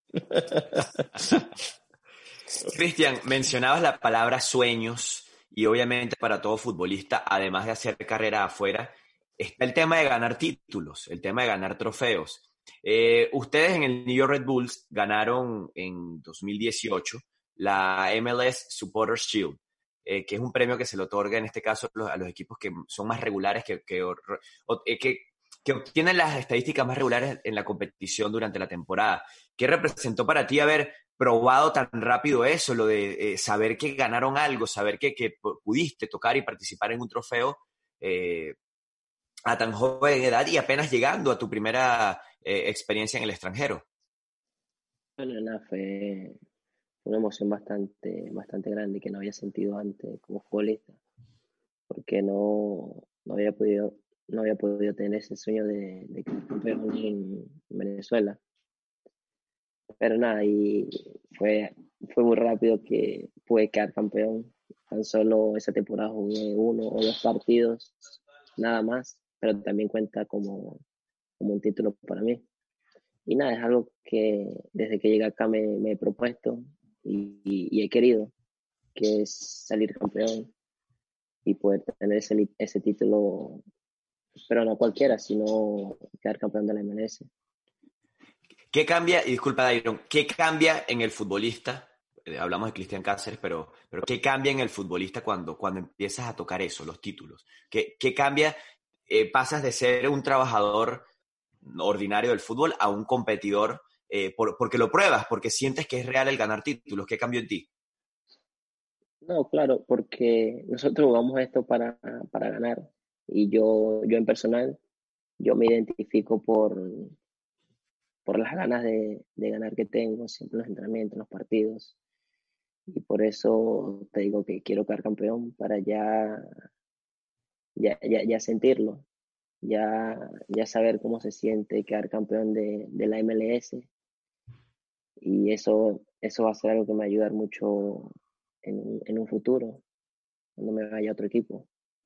Cristian, mencionabas la palabra sueños y obviamente para todo futbolista, además de hacer carrera afuera, está el tema de ganar títulos, el tema de ganar trofeos. Ustedes en el New York Red Bulls ganaron en 2018 la MLS Supporters Shield, que es un premio que se le otorga en este caso a los equipos que son más regulares, que obtienen las estadísticas más regulares en la competición durante la temporada. ¿Qué representó para ti haber probado tan rápido eso, lo de saber que ganaron algo, saber que pudiste tocar y participar en un trofeo a tan joven edad y apenas llegando a tu primera experiencia en el extranjero? Bueno, nada, fue una emoción bastante grande que no había sentido antes como futbolista, porque no había podido tener ese sueño de quedar campeón en Venezuela. Pero nada, y fue muy rápido que pude quedar campeón. Tan solo esa temporada jugué 1 o 2 partidos, nada más, pero también cuenta como un título para mí. Y nada, es algo que desde que llegué acá me he propuesto y he querido, que es salir campeón y poder tener ese título, pero no cualquiera, sino quedar campeón de la MLS. ¿Qué cambia, y disculpa Dairon, qué cambia en el futbolista? Hablamos de Cristian Cáceres, pero ¿qué cambia en el futbolista cuando empiezas a tocar eso, los títulos? ¿Qué cambia? Pasas de ser un trabajador ordinario del fútbol a un competidor porque lo pruebas, porque sientes que es real el ganar títulos. ¿Qué cambió en ti? No, claro, porque nosotros jugamos esto para ganar. Y yo en personal, yo me identifico por las ganas de ganar que tengo, siempre en los entrenamientos, en los partidos. Y por eso te digo que quiero quedar campeón para ya sentirlo, ya saber cómo se siente quedar campeón de la MLS. Y eso va a ser algo que me va a ayudar mucho en un futuro, cuando me vaya a otro equipo.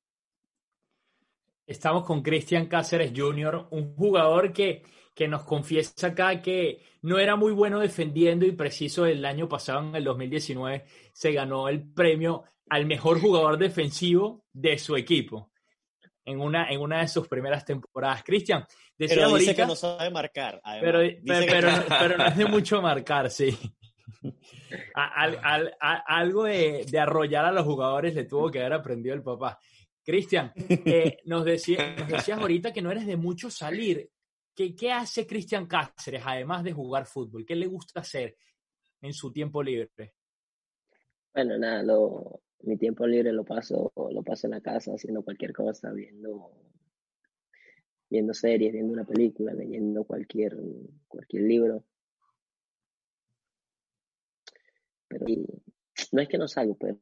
Estamos con Cristian Cáceres Jr., un jugador que nos confiesa acá que no era muy bueno defendiendo y preciso el año pasado, en el 2019, se ganó el premio al mejor jugador defensivo de su equipo en una de sus primeras temporadas. Cristian, decía Pero dice ahorita, que no sabe marcar, además. pero no es de mucho marcar, sí. Algo de arrollar a los jugadores le tuvo que haber aprendido el papá. Cristian, nos decías ahorita que no eres de mucho salir. ¿Qué hace Cristian Cáceres además de jugar fútbol? ¿Qué le gusta hacer en su tiempo libre? Bueno, nada, mi tiempo libre lo paso en la casa haciendo cualquier cosa, viendo series, viendo una película, leyendo cualquier libro. Pero no es que no salgo, pero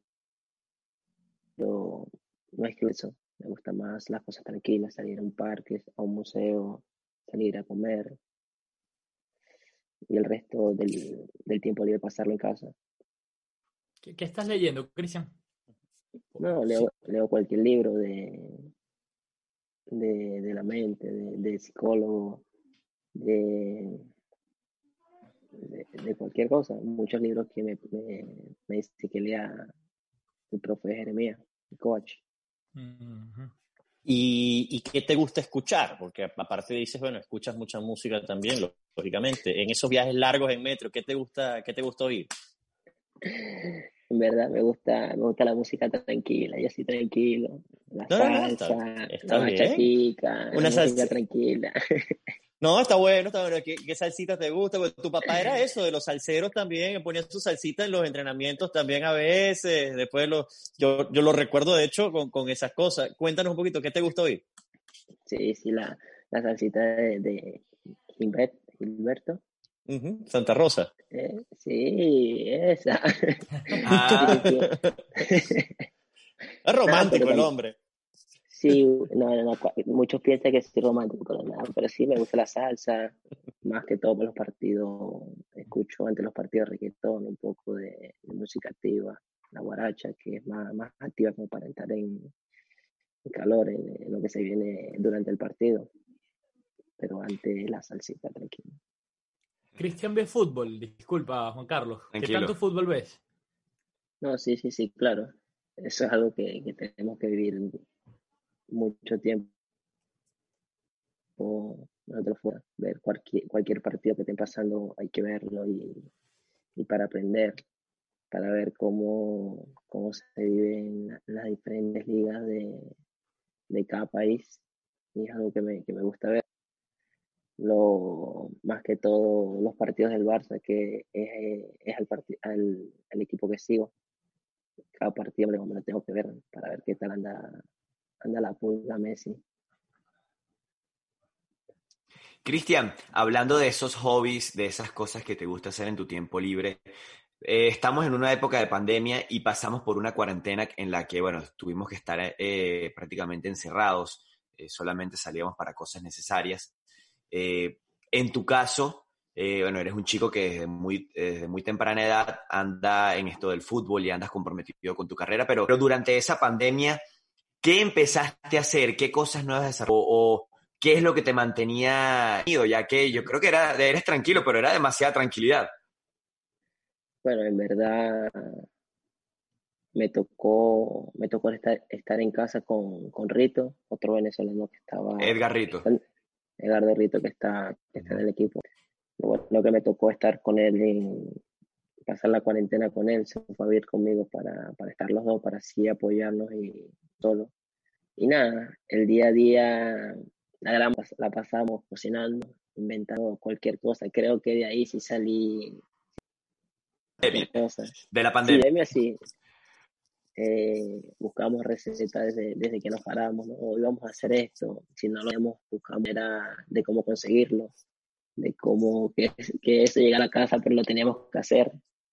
no es que eso. Me gustan más las cosas tranquilas, salir a un parque, a un museo, salir a comer y el resto del tiempo libre pasarlo en casa. ¿Qué estás leyendo, Cristian? No, leo cualquier libro de la mente, de psicólogo, de cualquier cosa. Muchos libros que me dice que lea el profe Jeremías, el coach. Uh-huh. ¿Y qué te gusta escuchar? Porque aparte dices, bueno, escuchas mucha música también, lógicamente. En esos viajes largos en metro, ¿qué te gusta oír? en verdad me gusta la música tranquila, yo soy tranquilo, la No, salsa, está la bien. bachatica, la Una música salsa. tranquila. No, está bueno, está bueno. ¿Qué salsita te gusta? Porque tu papá era eso, de los salseros también, ponía su salsita en los entrenamientos también a veces. Después yo lo recuerdo, de hecho, con esas cosas. Cuéntanos un poquito, ¿qué te gusta oír? Sí, sí, la salsita de Gilberto. Santa Rosa. Sí, esa. Sí, Ah, sí. Es Nada, pero romántico el también, hombre. sí, no, muchos piensan que soy romántico, pero nada, pero sí me gusta la salsa, más que todo por los partidos, escucho ante los partidos reggaetón, un poco de música activa, la guaracha, que es más activa como para entrar en calor, en lo que se viene durante el partido, pero antes la salsita, tranquilo. Cristian ve fútbol, disculpa, Juan Carlos. ¿Qué tanto tranquilo. fútbol ves? No, sí, claro, eso es algo que tenemos que vivir mucho tiempo nosotros fuera, ver cualquier partido que esté pasando, hay que verlo y para aprender, para ver cómo se viven las diferentes ligas de cada país. Y es algo que me gusta ver. Más que todo los partidos del Barça, que es el equipo que sigo. Cada partido me lo tengo que ver para ver qué tal anda la pulga Messi. Cristian, hablando de esos hobbies, de esas cosas que te gusta hacer en tu tiempo libre, estamos en una época de pandemia y pasamos por una cuarentena en la que, bueno, tuvimos que estar prácticamente encerrados, solamente salíamos para cosas necesarias. En tu caso, bueno, eres un chico que desde muy temprana edad anda en esto del fútbol y andas comprometido con tu carrera, pero durante esa pandemia, ¿qué empezaste a hacer? ¿Qué cosas nuevas desarrollaste? ¿O qué es lo que te mantenía unido? Ya que yo creo que eres tranquilo, pero era demasiada tranquilidad. Bueno, en verdad me tocó estar en casa con Rito, otro venezolano Edgar que Rito. está, Edgardo Rito, que está en Ujú. el equipo. Lo que me tocó estar con él pasar la cuarentena con él, se fue a vivir conmigo para estar los dos, para así apoyarnos y solo. Y nada, el día a día la pasamos cocinando, inventando cualquier cosa. Creo que de ahí sí salí cualquier Pandemia, cosa. de la Sí, pandemia. de mí así. Buscamos recetas desde que nos paramos, ¿no? Hoy vamos a hacer esto, si no lo hemos buscamos era de cómo conseguirlo, de cómo que eso llega a la casa, pero lo teníamos que hacer.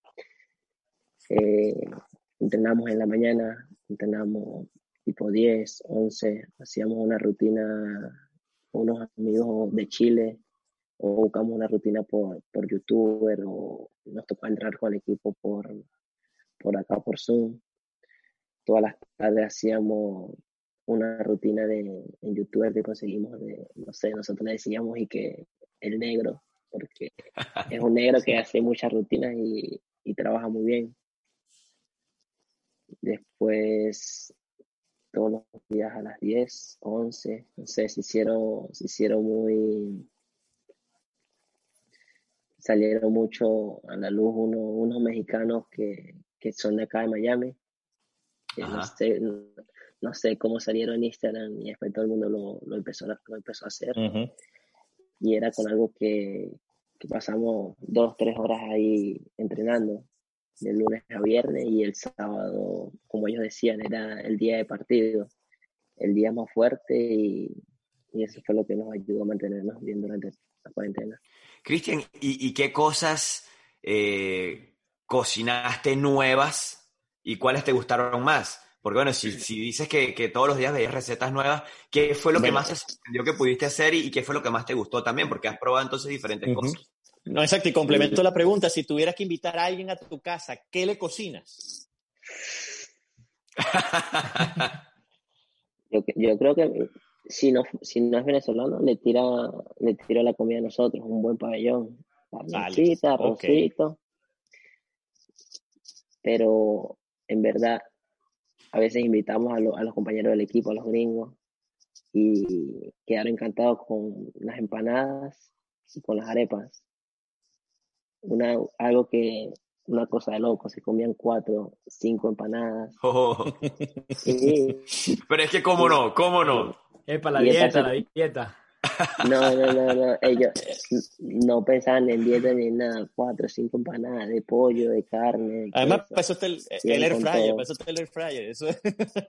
Eh, Entrenamos en la mañana, entrenamos tipo 10 11 hacíamos una rutina con unos amigos de Chile, o buscamos una rutina por YouTuber, o nos tocó entrar con el equipo por acá por Zoom. Todas las tardes hacíamos una rutina en YouTube que conseguimos no sé, nosotros le decíamos y que el negro, porque es un negro que hace muchas rutinas y trabaja muy bien. Después, todos los días a las 10 11 no sé, se hicieron salieron mucho a la luz unos mexicanos que son de acá de Miami, que no Ajá. sé, no sé cómo salieron en Instagram y después todo el mundo lo empezó a hacer. Ujú. Y era con algo que pasamos 2, 3 horas ahí entrenando, de lunes a viernes, y el sábado, como ellos decían, era el día de partido, el día más fuerte, y eso fue lo que nos ayudó a mantenernos bien durante la cuarentena. Cristian, ¿y qué cosas cocinaste nuevas y cuáles te gustaron más? Porque bueno, si dices que todos los días veías recetas nuevas, ¿qué fue lo que Bueno, más te sorprendió que pudiste hacer y qué fue lo que más te gustó también? Porque has probado entonces diferentes ujú. cosas. No, exacto. Y Y complemento la pregunta, si tuvieras que invitar a alguien a tu casa, ¿qué le cocinas? yo creo que si no es venezolano, le tira la comida a nosotros, un buen pabellón, Vale, carnecita, ok. arrocito, pero en verdad a veces invitamos a los compañeros del equipo, a los gringos, y quedaron encantados con las empanadas y con las arepas. Algo que una cosa de loco, se comían 4, 5 empanadas. Oh. Sí, Pero es que, ¿cómo no? ¿Cómo no? Epa, la y dieta, entonces, la dieta. no, ellos no pensaban en dieta ni en nada, 4, 5 empanadas de pollo, de carne, de Además, queso, para eso está el iban air con fryer, para todo. eso está el air fryer. Eso es.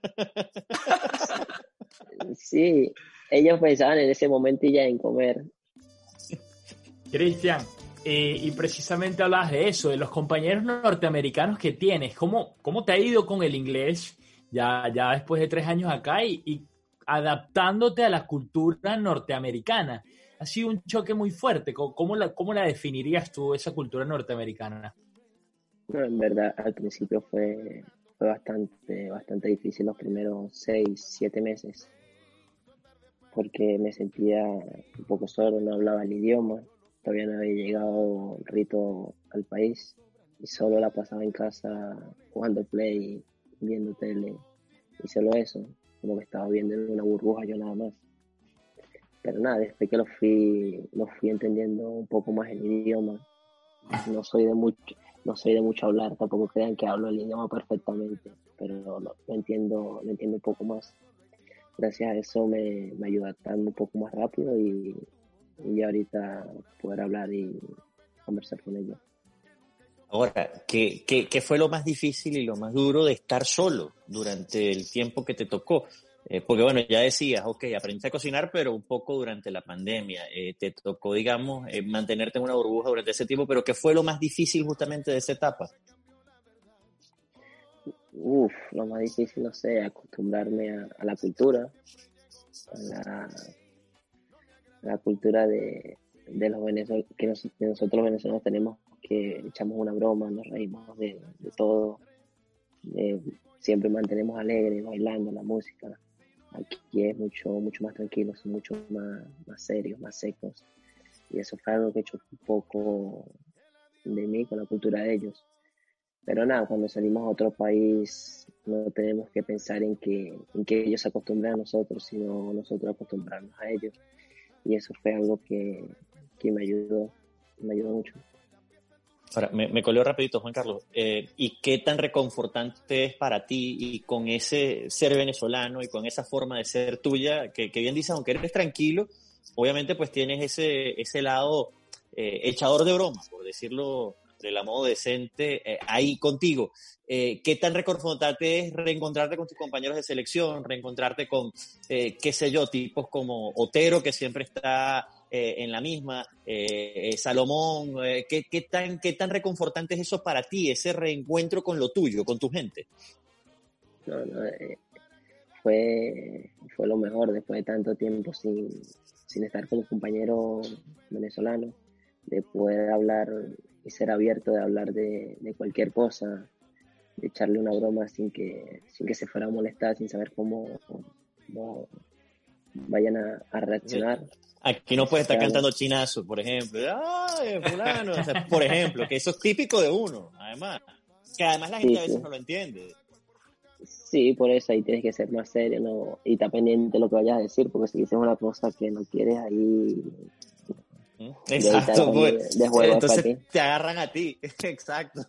Sí, ellos pensaban en ese momento ya en comer. Cristian, y precisamente hablabas de eso, de los compañeros norteamericanos que tienes. ¿Cómo te ha ido con el inglés ya después de 3 años acá y adaptándote a la cultura norteamericana? Ha sido un choque muy fuerte. ¿Cómo la definirías tú, esa cultura norteamericana? No, en verdad, al principio fue bastante difícil los primeros 6, 7 meses, porque me sentía un poco solo, no hablaba el idioma, todavía no había llegado Rito al país y solo la pasaba en casa jugando Play, viendo tele y solo eso, como que estaba viendo en una burbuja yo nada más. Pero nada, después que lo fui entendiendo un poco más el idioma, no soy de mucho, no soy de mucho hablar, tampoco crean que hablo el idioma perfectamente, pero lo entiendo un poco más. Gracias a eso me ayuda a estar un poco más rápido y ya ahorita poder hablar y conversar con ellos. Ahora, ¿qué fue lo más difícil y lo más duro de estar solo durante el tiempo que te tocó? Porque bueno, ya decías, ok, aprendiste a cocinar, pero un poco durante la pandemia. Te tocó, digamos, mantenerte en una burbuja durante ese tiempo, pero ¿qué fue lo más difícil justamente de esa etapa? Lo más difícil, no sé, acostumbrarme a la cultura, a la cultura de los venezolanos, que nosotros los venezolanos tenemos, que echamos una broma, nos reímos de todo, siempre mantenemos alegres, bailando la música. Aquí es mucho más tranquilo, son mucho más serios, más secos. Y eso fue algo que chocó un poco de mí con la cultura de ellos. Pero nada, cuando salimos a otro país no tenemos que pensar en que ellos se acostumbren a nosotros, sino nosotros acostumbrarnos a ellos. Y eso fue algo que me ayudó mucho. Ahora, me coleo rapidito, Juan Carlos. ¿Y qué tan reconfortante es para ti y con ese ser venezolano y con esa forma de ser tuya, que bien dices, aunque eres tranquilo, obviamente pues tienes ese lado echador de broma, por decirlo de la modo decente, ahí contigo. ¿Qué tan reconfortante es reencontrarte con tus compañeros de selección, reencontrarte con, qué sé yo, tipos como Otero, que siempre está en la misma, Salomón? ¿Qué tan reconfortante es eso para ti, ese reencuentro con lo tuyo, con tu gente? No, fue lo mejor después de tanto tiempo sin estar con un compañero venezolano, de poder hablar y ser abierto, de hablar de cualquier cosa, de echarle una broma sin que se fuera a molestar, sin saber cómo vayan a reaccionar. Aquí no Eso puedes estar fue algo. cantando chinazo, por ejemplo. ¡Ay, fulano! O sea, por ejemplo, que eso es típico de uno, además. Que además la gente Sí, a sí. veces no lo entiende. Sí, por eso ahí tienes que ser más serio, ¿no? Y estar pendiente de lo que vayas a decir, porque si dices una cosa que no quieres ahí, de ahí te Exacto, agarran pues. de juego, es para Entonces ti. te agarran a ti. Exacto.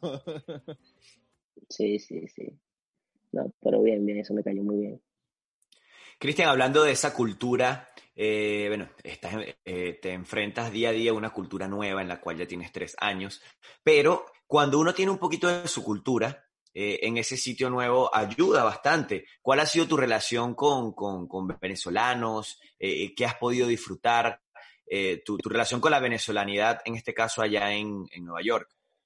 Sí. No, pero bien, eso me cayó muy bien. Cristian, hablando de esa cultura, bueno, te enfrentas día a día a una cultura nueva en la cual ya tienes 3 años, pero cuando uno tiene un poquito de su cultura, en ese sitio nuevo ayuda bastante. ¿Cuál ha sido tu relación con venezolanos? ¿Qué has podido disfrutar? Tu relación con la venezolanidad, en este caso allá en Nueva York.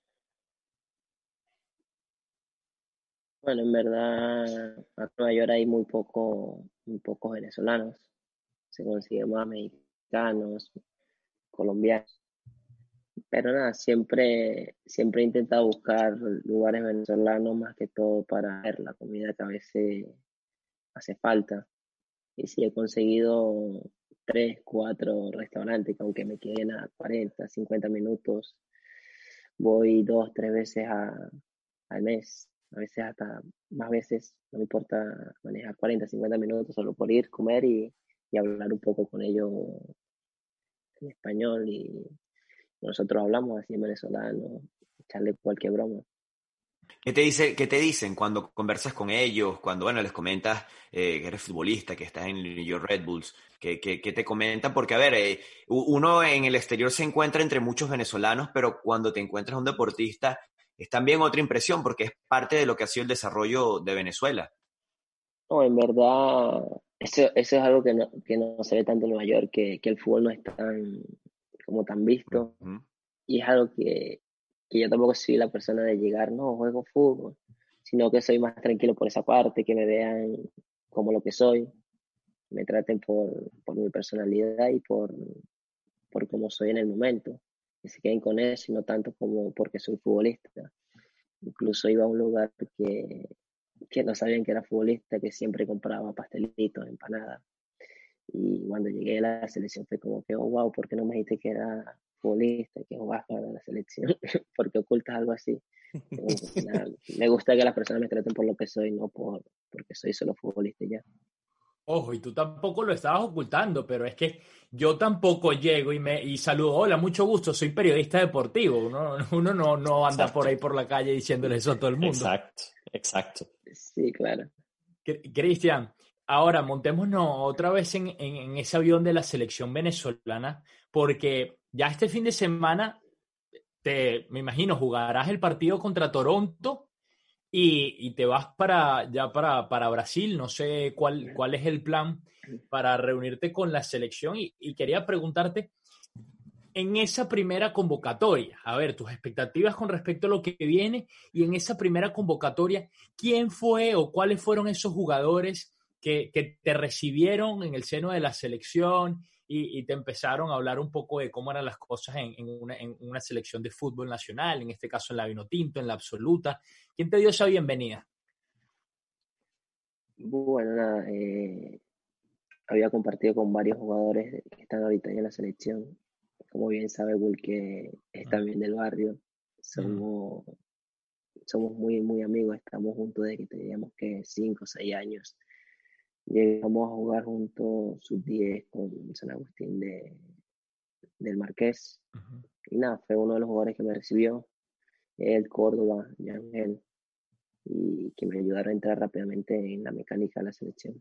Bueno, en verdad, en Nueva York hay muy pocos venezolanos. Se consiguen más mexicanos, colombianos. Pero nada, siempre he intentado buscar lugares venezolanos más que todo para ver la comida que a veces hace falta. Y sí, he conseguido 3, 4 restaurantes que aunque me queden a 40, 50 minutos, voy 2, 3 veces al mes, a veces hasta más veces, no me importa manejar 40, 50 minutos solo por ir, comer y hablar un poco con ellos en español y nosotros hablamos así en venezolano, echarle cualquier broma. qué te dicen cuando conversas con ellos, cuando, bueno, les comentas que eres futbolista, que estás en New York Red Bulls? ¿Qué te comentan? Porque, a ver, uno en el exterior se encuentra entre muchos venezolanos, pero cuando te encuentras un deportista es también otra impresión, porque es parte de lo que ha sido el desarrollo de Venezuela. No, en verdad, eso es algo que no se ve tanto en Nueva York, que el fútbol no es como tan visto. Ujú. Y es algo que yo tampoco soy la persona de llegar, no, juego fútbol, sino que soy más tranquilo por esa parte, que me vean como lo que soy, me traten por mi personalidad y por cómo soy en el momento, que se queden con eso y no tanto como porque soy futbolista. Incluso iba a un lugar que no sabían que era futbolista, que siempre compraba pastelitos, empanadas. Y cuando llegué a la selección fue como que, oh, wow, ¿por qué no me dijiste que era futbolista, que jugabas para la selección? ¿Por qué ocultas algo así? Como que, nada, me gusta que las personas me traten por lo que soy, no porque soy solo futbolista y ya. Ojo, y tú tampoco lo estabas ocultando, pero es que yo tampoco llego y saludo, hola, mucho gusto, soy periodista deportivo. Uno no anda por Exacto, ahí por la calle diciéndole eso a todo el mundo. exacto, exacto. Sí, claro. Cristian, ahora montémonos otra vez en ese avión de la selección venezolana, porque ya este fin de semana, me imagino, jugarás el partido contra Toronto y te vas para Brasil. No sé cuál es el plan para reunirte con la selección y quería preguntarte en esa primera convocatoria, a ver, tus expectativas con respecto a lo que viene y en esa primera convocatoria, ¿quién fue o cuáles fueron esos jugadores que te recibieron en el seno de la selección y te empezaron a hablar un poco de cómo eran las cosas en una selección de fútbol nacional, en este caso en la Vinotinto, en la Absoluta? ¿Quién te dio esa bienvenida? Bueno, nada, había compartido con varios jugadores que están ahorita ya en la selección. Como bien sabe Will, que es también del barrio. Mm. Somos, somos muy, muy amigos, estamos juntos desde que teníamos que 5 o 6 años. Llegamos a jugar juntos sub-10 con San Agustín del Marqués. Ujú. Y nada, fue uno de los jugadores que me recibió, el Córdoba, Yangel, y que me ayudaron a entrar rápidamente en la mecánica de la selección.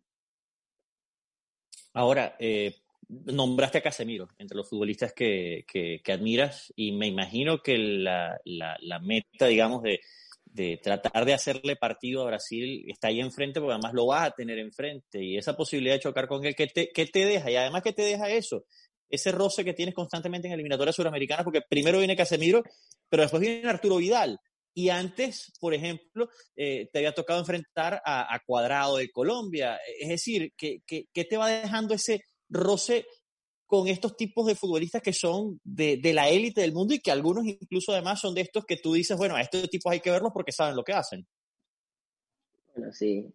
Ahora, nombraste a Casemiro entre los futbolistas que admiras y me imagino que la meta, digamos, de tratar de hacerle partido a Brasil está ahí enfrente porque además lo vas a tener enfrente y esa posibilidad de chocar con él, ¿qué te deja? Y además, ¿qué te deja eso? Ese roce que tienes constantemente en eliminatorias suramericanas porque primero viene Casemiro, pero después viene Arturo Vidal. Y antes, por ejemplo, te había tocado enfrentar a Cuadrado de Colombia. Es decir, ¿qué te va dejando ese roce con estos tipos de futbolistas que son de la élite del mundo y que algunos incluso además son de estos que tú dices, bueno, a estos tipos hay que verlos porque saben lo que hacen? Bueno, sí,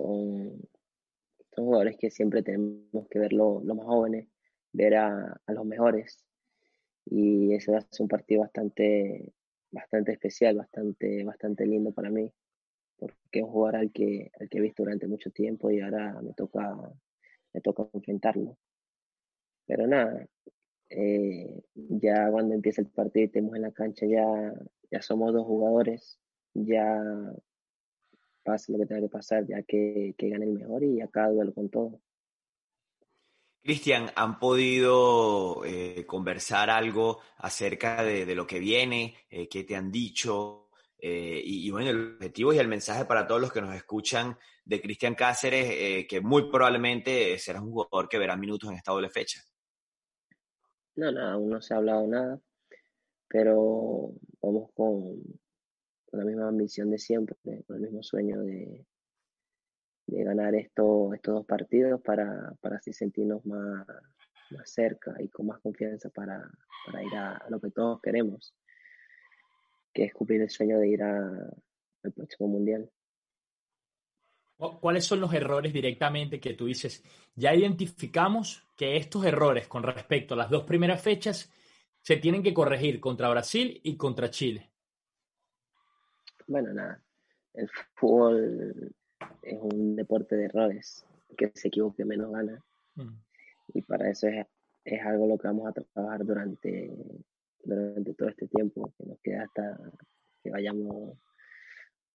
son jugadores que siempre tenemos que ver los más jóvenes, ver a los mejores. Y ese va a ser un partido bastante especial, bastante lindo para mí, porque es un jugador al que he visto durante mucho tiempo y ahora me toca enfrentarlo. Pero nada, ya cuando empieza el partido y estemos en la cancha, ya somos dos jugadores, ya pasa lo que tenga que pasar, ya que gane el mejor y acá duelo con todo. Cristian, ¿han podido conversar algo acerca de lo que viene? ¿Qué te han dicho? Bueno, el objetivo y el mensaje para todos los que nos escuchan de Cristian Cáceres, que muy probablemente será un jugador que verá minutos en esta doble fecha. No, nada, aún no se ha hablado nada, pero vamos con la misma ambición de siempre, con el mismo sueño de ganar estos dos partidos para así sentirnos más cerca y con más confianza para ir a lo que todos queremos, que es cumplir el sueño de ir al próximo mundial. ¿Cuáles son los errores directamente que tú dices? Ya identificamos que estos errores con respecto a las dos primeras fechas se tienen que corregir contra Brasil y contra Chile. Bueno, nada, el fútbol es un deporte de errores, que se equivoque menos gana, Mm. y para eso es algo lo que vamos a trabajar durante todo este tiempo que nos queda hasta que vayamos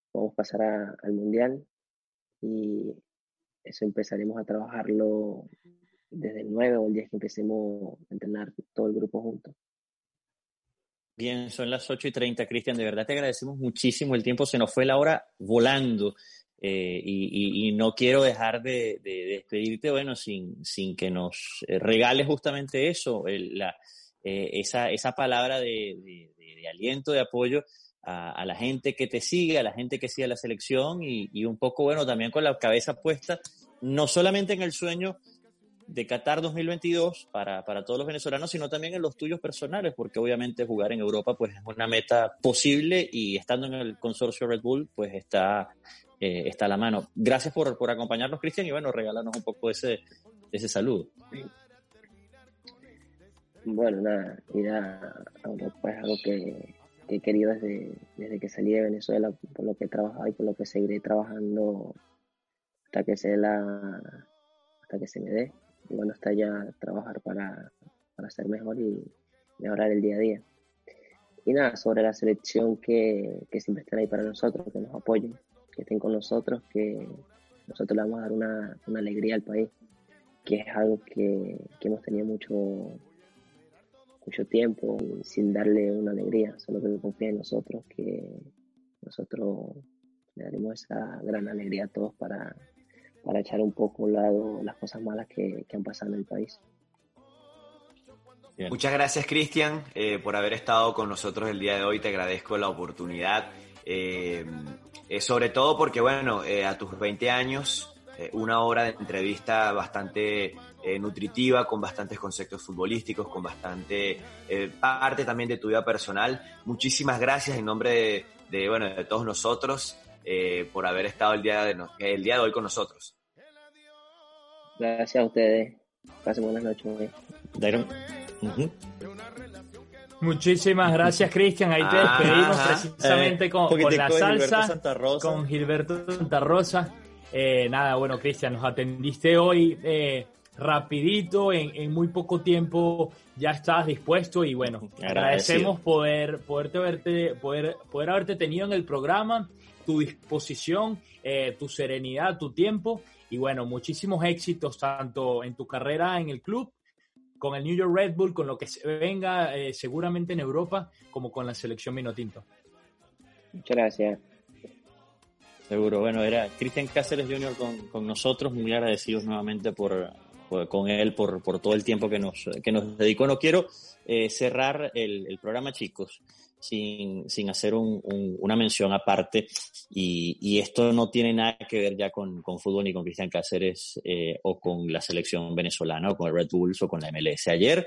podamos pasar al Mundial, y eso empezaremos a trabajarlo desde el 9 o el día que empecemos a entrenar todo el grupo juntos. Bien, son las 8:30, Cristian. De verdad te agradecemos muchísimo. El tiempo se nos fue la hora volando. Y no quiero dejar de despedirte, bueno, sin que nos regales justamente eso, esa palabra de aliento, de apoyo a la gente que te sigue, a la gente que sigue la selección y un poco, bueno, también con la cabeza puesta, no solamente en el sueño de Qatar 2022 para todos los venezolanos, sino también en los tuyos personales, porque obviamente jugar en Europa pues es una meta posible y estando en el consorcio Red Bull pues está a la mano. Gracias por acompañarnos, Cristian, y bueno, regálanos un poco ese saludo. Bueno, nada, ir a Europa es algo que he querido desde que salí de Venezuela, por lo que he trabajado y por lo que seguiré trabajando hasta que se me dé. Y bueno, hasta ya trabajar para ser mejor y mejorar el día a día. Y nada, sobre la selección que siempre estén ahí para nosotros, que nos apoyen, que estén con nosotros, que nosotros le vamos a dar una alegría al país, que es algo que hemos tenido mucho tiempo sin darle una alegría, solo que confíen en nosotros, que nosotros le daremos esa gran alegría a todos para echar un poco a un lado las cosas malas que han pasado en el país. Bien. Muchas gracias, Cristian, por haber estado con nosotros el día de hoy. Te agradezco la oportunidad, sobre todo porque, bueno, a tus 20 años, una hora de entrevista bastante nutritiva, con bastantes conceptos futbolísticos, con bastante parte también de tu vida personal. Muchísimas gracias en nombre de todos nosotros por haber estado el día de hoy con nosotros. Gracias a ustedes. Pasen buenas noches. Dairon. Uh-huh. Muchísimas gracias, Cristian. Ahí te despedimos precisamente con la salsa, con Gilberto Santa Rosa. Nada, bueno, Cristian, nos atendiste hoy rapidito, en muy poco tiempo ya estabas dispuesto y bueno, agradecemos poder haberte tenido en el programa, tu disposición, tu serenidad, tu tiempo y bueno, muchísimos éxitos tanto en tu carrera en el club, con el New York Red Bull, con lo que se venga seguramente en Europa, como con la selección Vinotinto. Muchas gracias. Seguro, bueno, era Cristian Cáceres Jr. con nosotros, muy agradecidos nuevamente con él por todo el tiempo que nos dedicó. No quiero cerrar el programa, chicos, sin hacer una mención aparte, y esto no tiene nada que ver ya con fútbol ni con Cristian Cáceres o con la selección venezolana o con el Red Bulls o con la MLS. Ayer,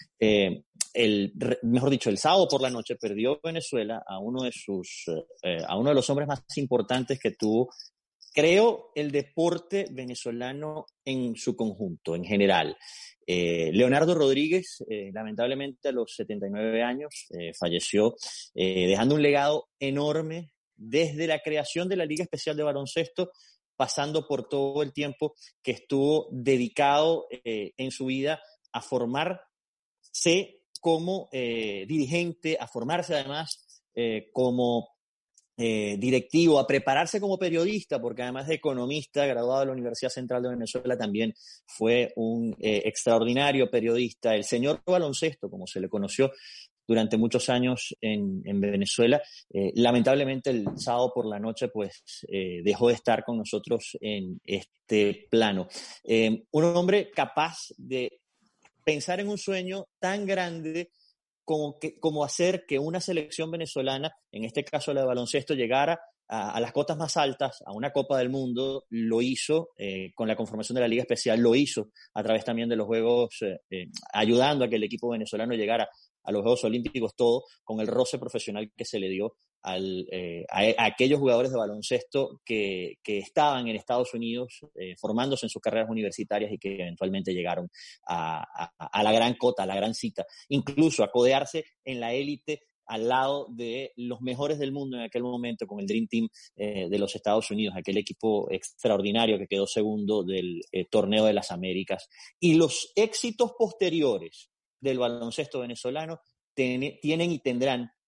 el sábado por la noche perdió Venezuela a uno de los hombres más importantes que tuvo, creo, el deporte venezolano en su conjunto, en general. Leonardo Rodríguez, lamentablemente a los 79 años, falleció, dejando un legado enorme desde la creación de la Liga Especial de Baloncesto, pasando por todo el tiempo que estuvo dedicado en su vida a formarse como dirigente, a formarse además como directivo, a prepararse como periodista, porque además de economista, graduado de la Universidad Central de Venezuela, también fue un extraordinario periodista. El señor baloncesto, como se le conoció durante muchos años en Venezuela, lamentablemente el sábado por la noche pues dejó de estar con nosotros en este plano. Un hombre capaz de pensar en un sueño tan grande como hacer que una selección venezolana, en este caso la de baloncesto, llegara a las cotas más altas, a una Copa del Mundo. Lo hizo con la conformación de la Liga Especial, lo hizo a través también de los Juegos, ayudando a que el equipo venezolano llegara a los Juegos Olímpicos, todo con el roce profesional que se le dio a aquellos jugadores de baloncesto que estaban en Estados Unidos formándose en sus carreras universitarias y que eventualmente llegaron a la gran cota, a la gran cita, incluso a codearse en la élite al lado de los mejores del mundo en aquel momento, con el Dream Team de los Estados Unidos, aquel equipo extraordinario que quedó segundo del Torneo de las Américas. Y los éxitos posteriores del baloncesto venezolano tienen y tendrán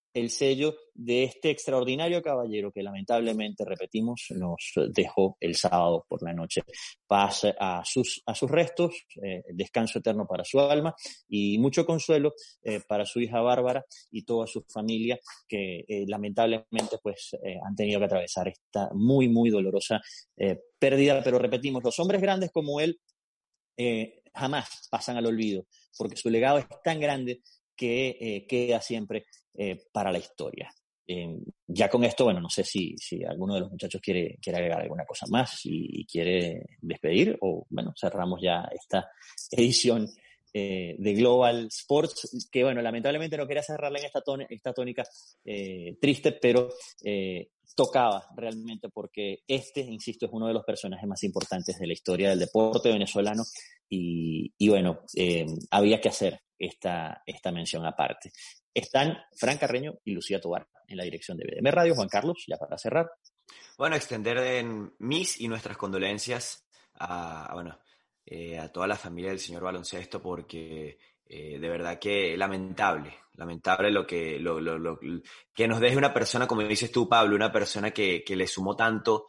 el sello de este extraordinario caballero que lamentablemente, repetimos, nos dejó el sábado por la noche. Paz a sus restos, descanso eterno para su alma y mucho consuelo para su hija Bárbara y toda su familia que lamentablemente pues han tenido que atravesar esta muy, muy dolorosa pérdida. Pero repetimos, los hombres grandes como él jamás pasan al olvido, porque su legado es tan grande que queda siempre para la historia. Ya con esto, bueno, no sé si alguno de los muchachos quiere agregar alguna cosa más y quiere despedir, o bueno, cerramos ya esta edición de Global Sports, que bueno, lamentablemente no quería cerrarla en esta tónica triste, pero tocaba realmente porque insisto, es uno de los personajes más importantes de la historia del deporte venezolano y bueno, había que hacer esta mención aparte. Están Fran Carreño y Lucía Tobar en la dirección de BDM Radio. Juan Carlos, ya para cerrar. Bueno, extender mis y nuestras condolencias a toda la familia del señor Baloncesto, porque de verdad que lamentable lo que nos deje una persona, como dices tú, Pablo, una persona que le sumó tanto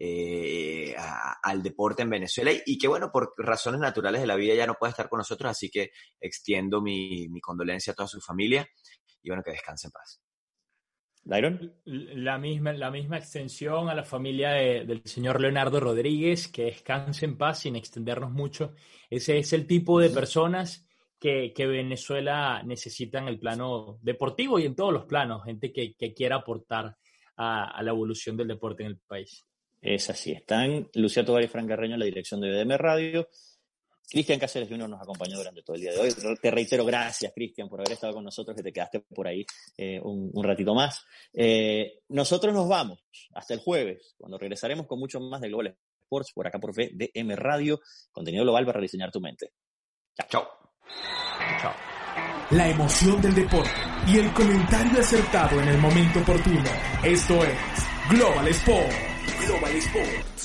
al deporte en Venezuela y que, bueno, por razones naturales de la vida ya no puede estar con nosotros, así que extiendo mi condolencia a toda su familia y, bueno, que descanse en paz. ¿Dairon? La misma extensión a la familia del señor Leonardo Rodríguez, que descanse en paz sin extendernos mucho. Ese es el tipo de personas que Venezuela necesita en el plano deportivo y en todos los planos, gente que quiera aportar a la evolución del deporte en el país. Es así. Están Lucía Tobar y Fran Carreño en la dirección de BDM Radio. Cristian Cáceres Jr. nos acompañó durante todo el día de hoy. Te reitero, gracias, Cristian, por haber estado con nosotros, que te quedaste por ahí un ratito más. Nosotros nos vamos hasta el jueves, cuando regresaremos con mucho más de Global Sports, por acá por BDM Radio, contenido global para rediseñar tu mente. Chao. Chao. La emoción del deporte y el comentario acertado en el momento oportuno. Esto es Global Sports. Global Sports.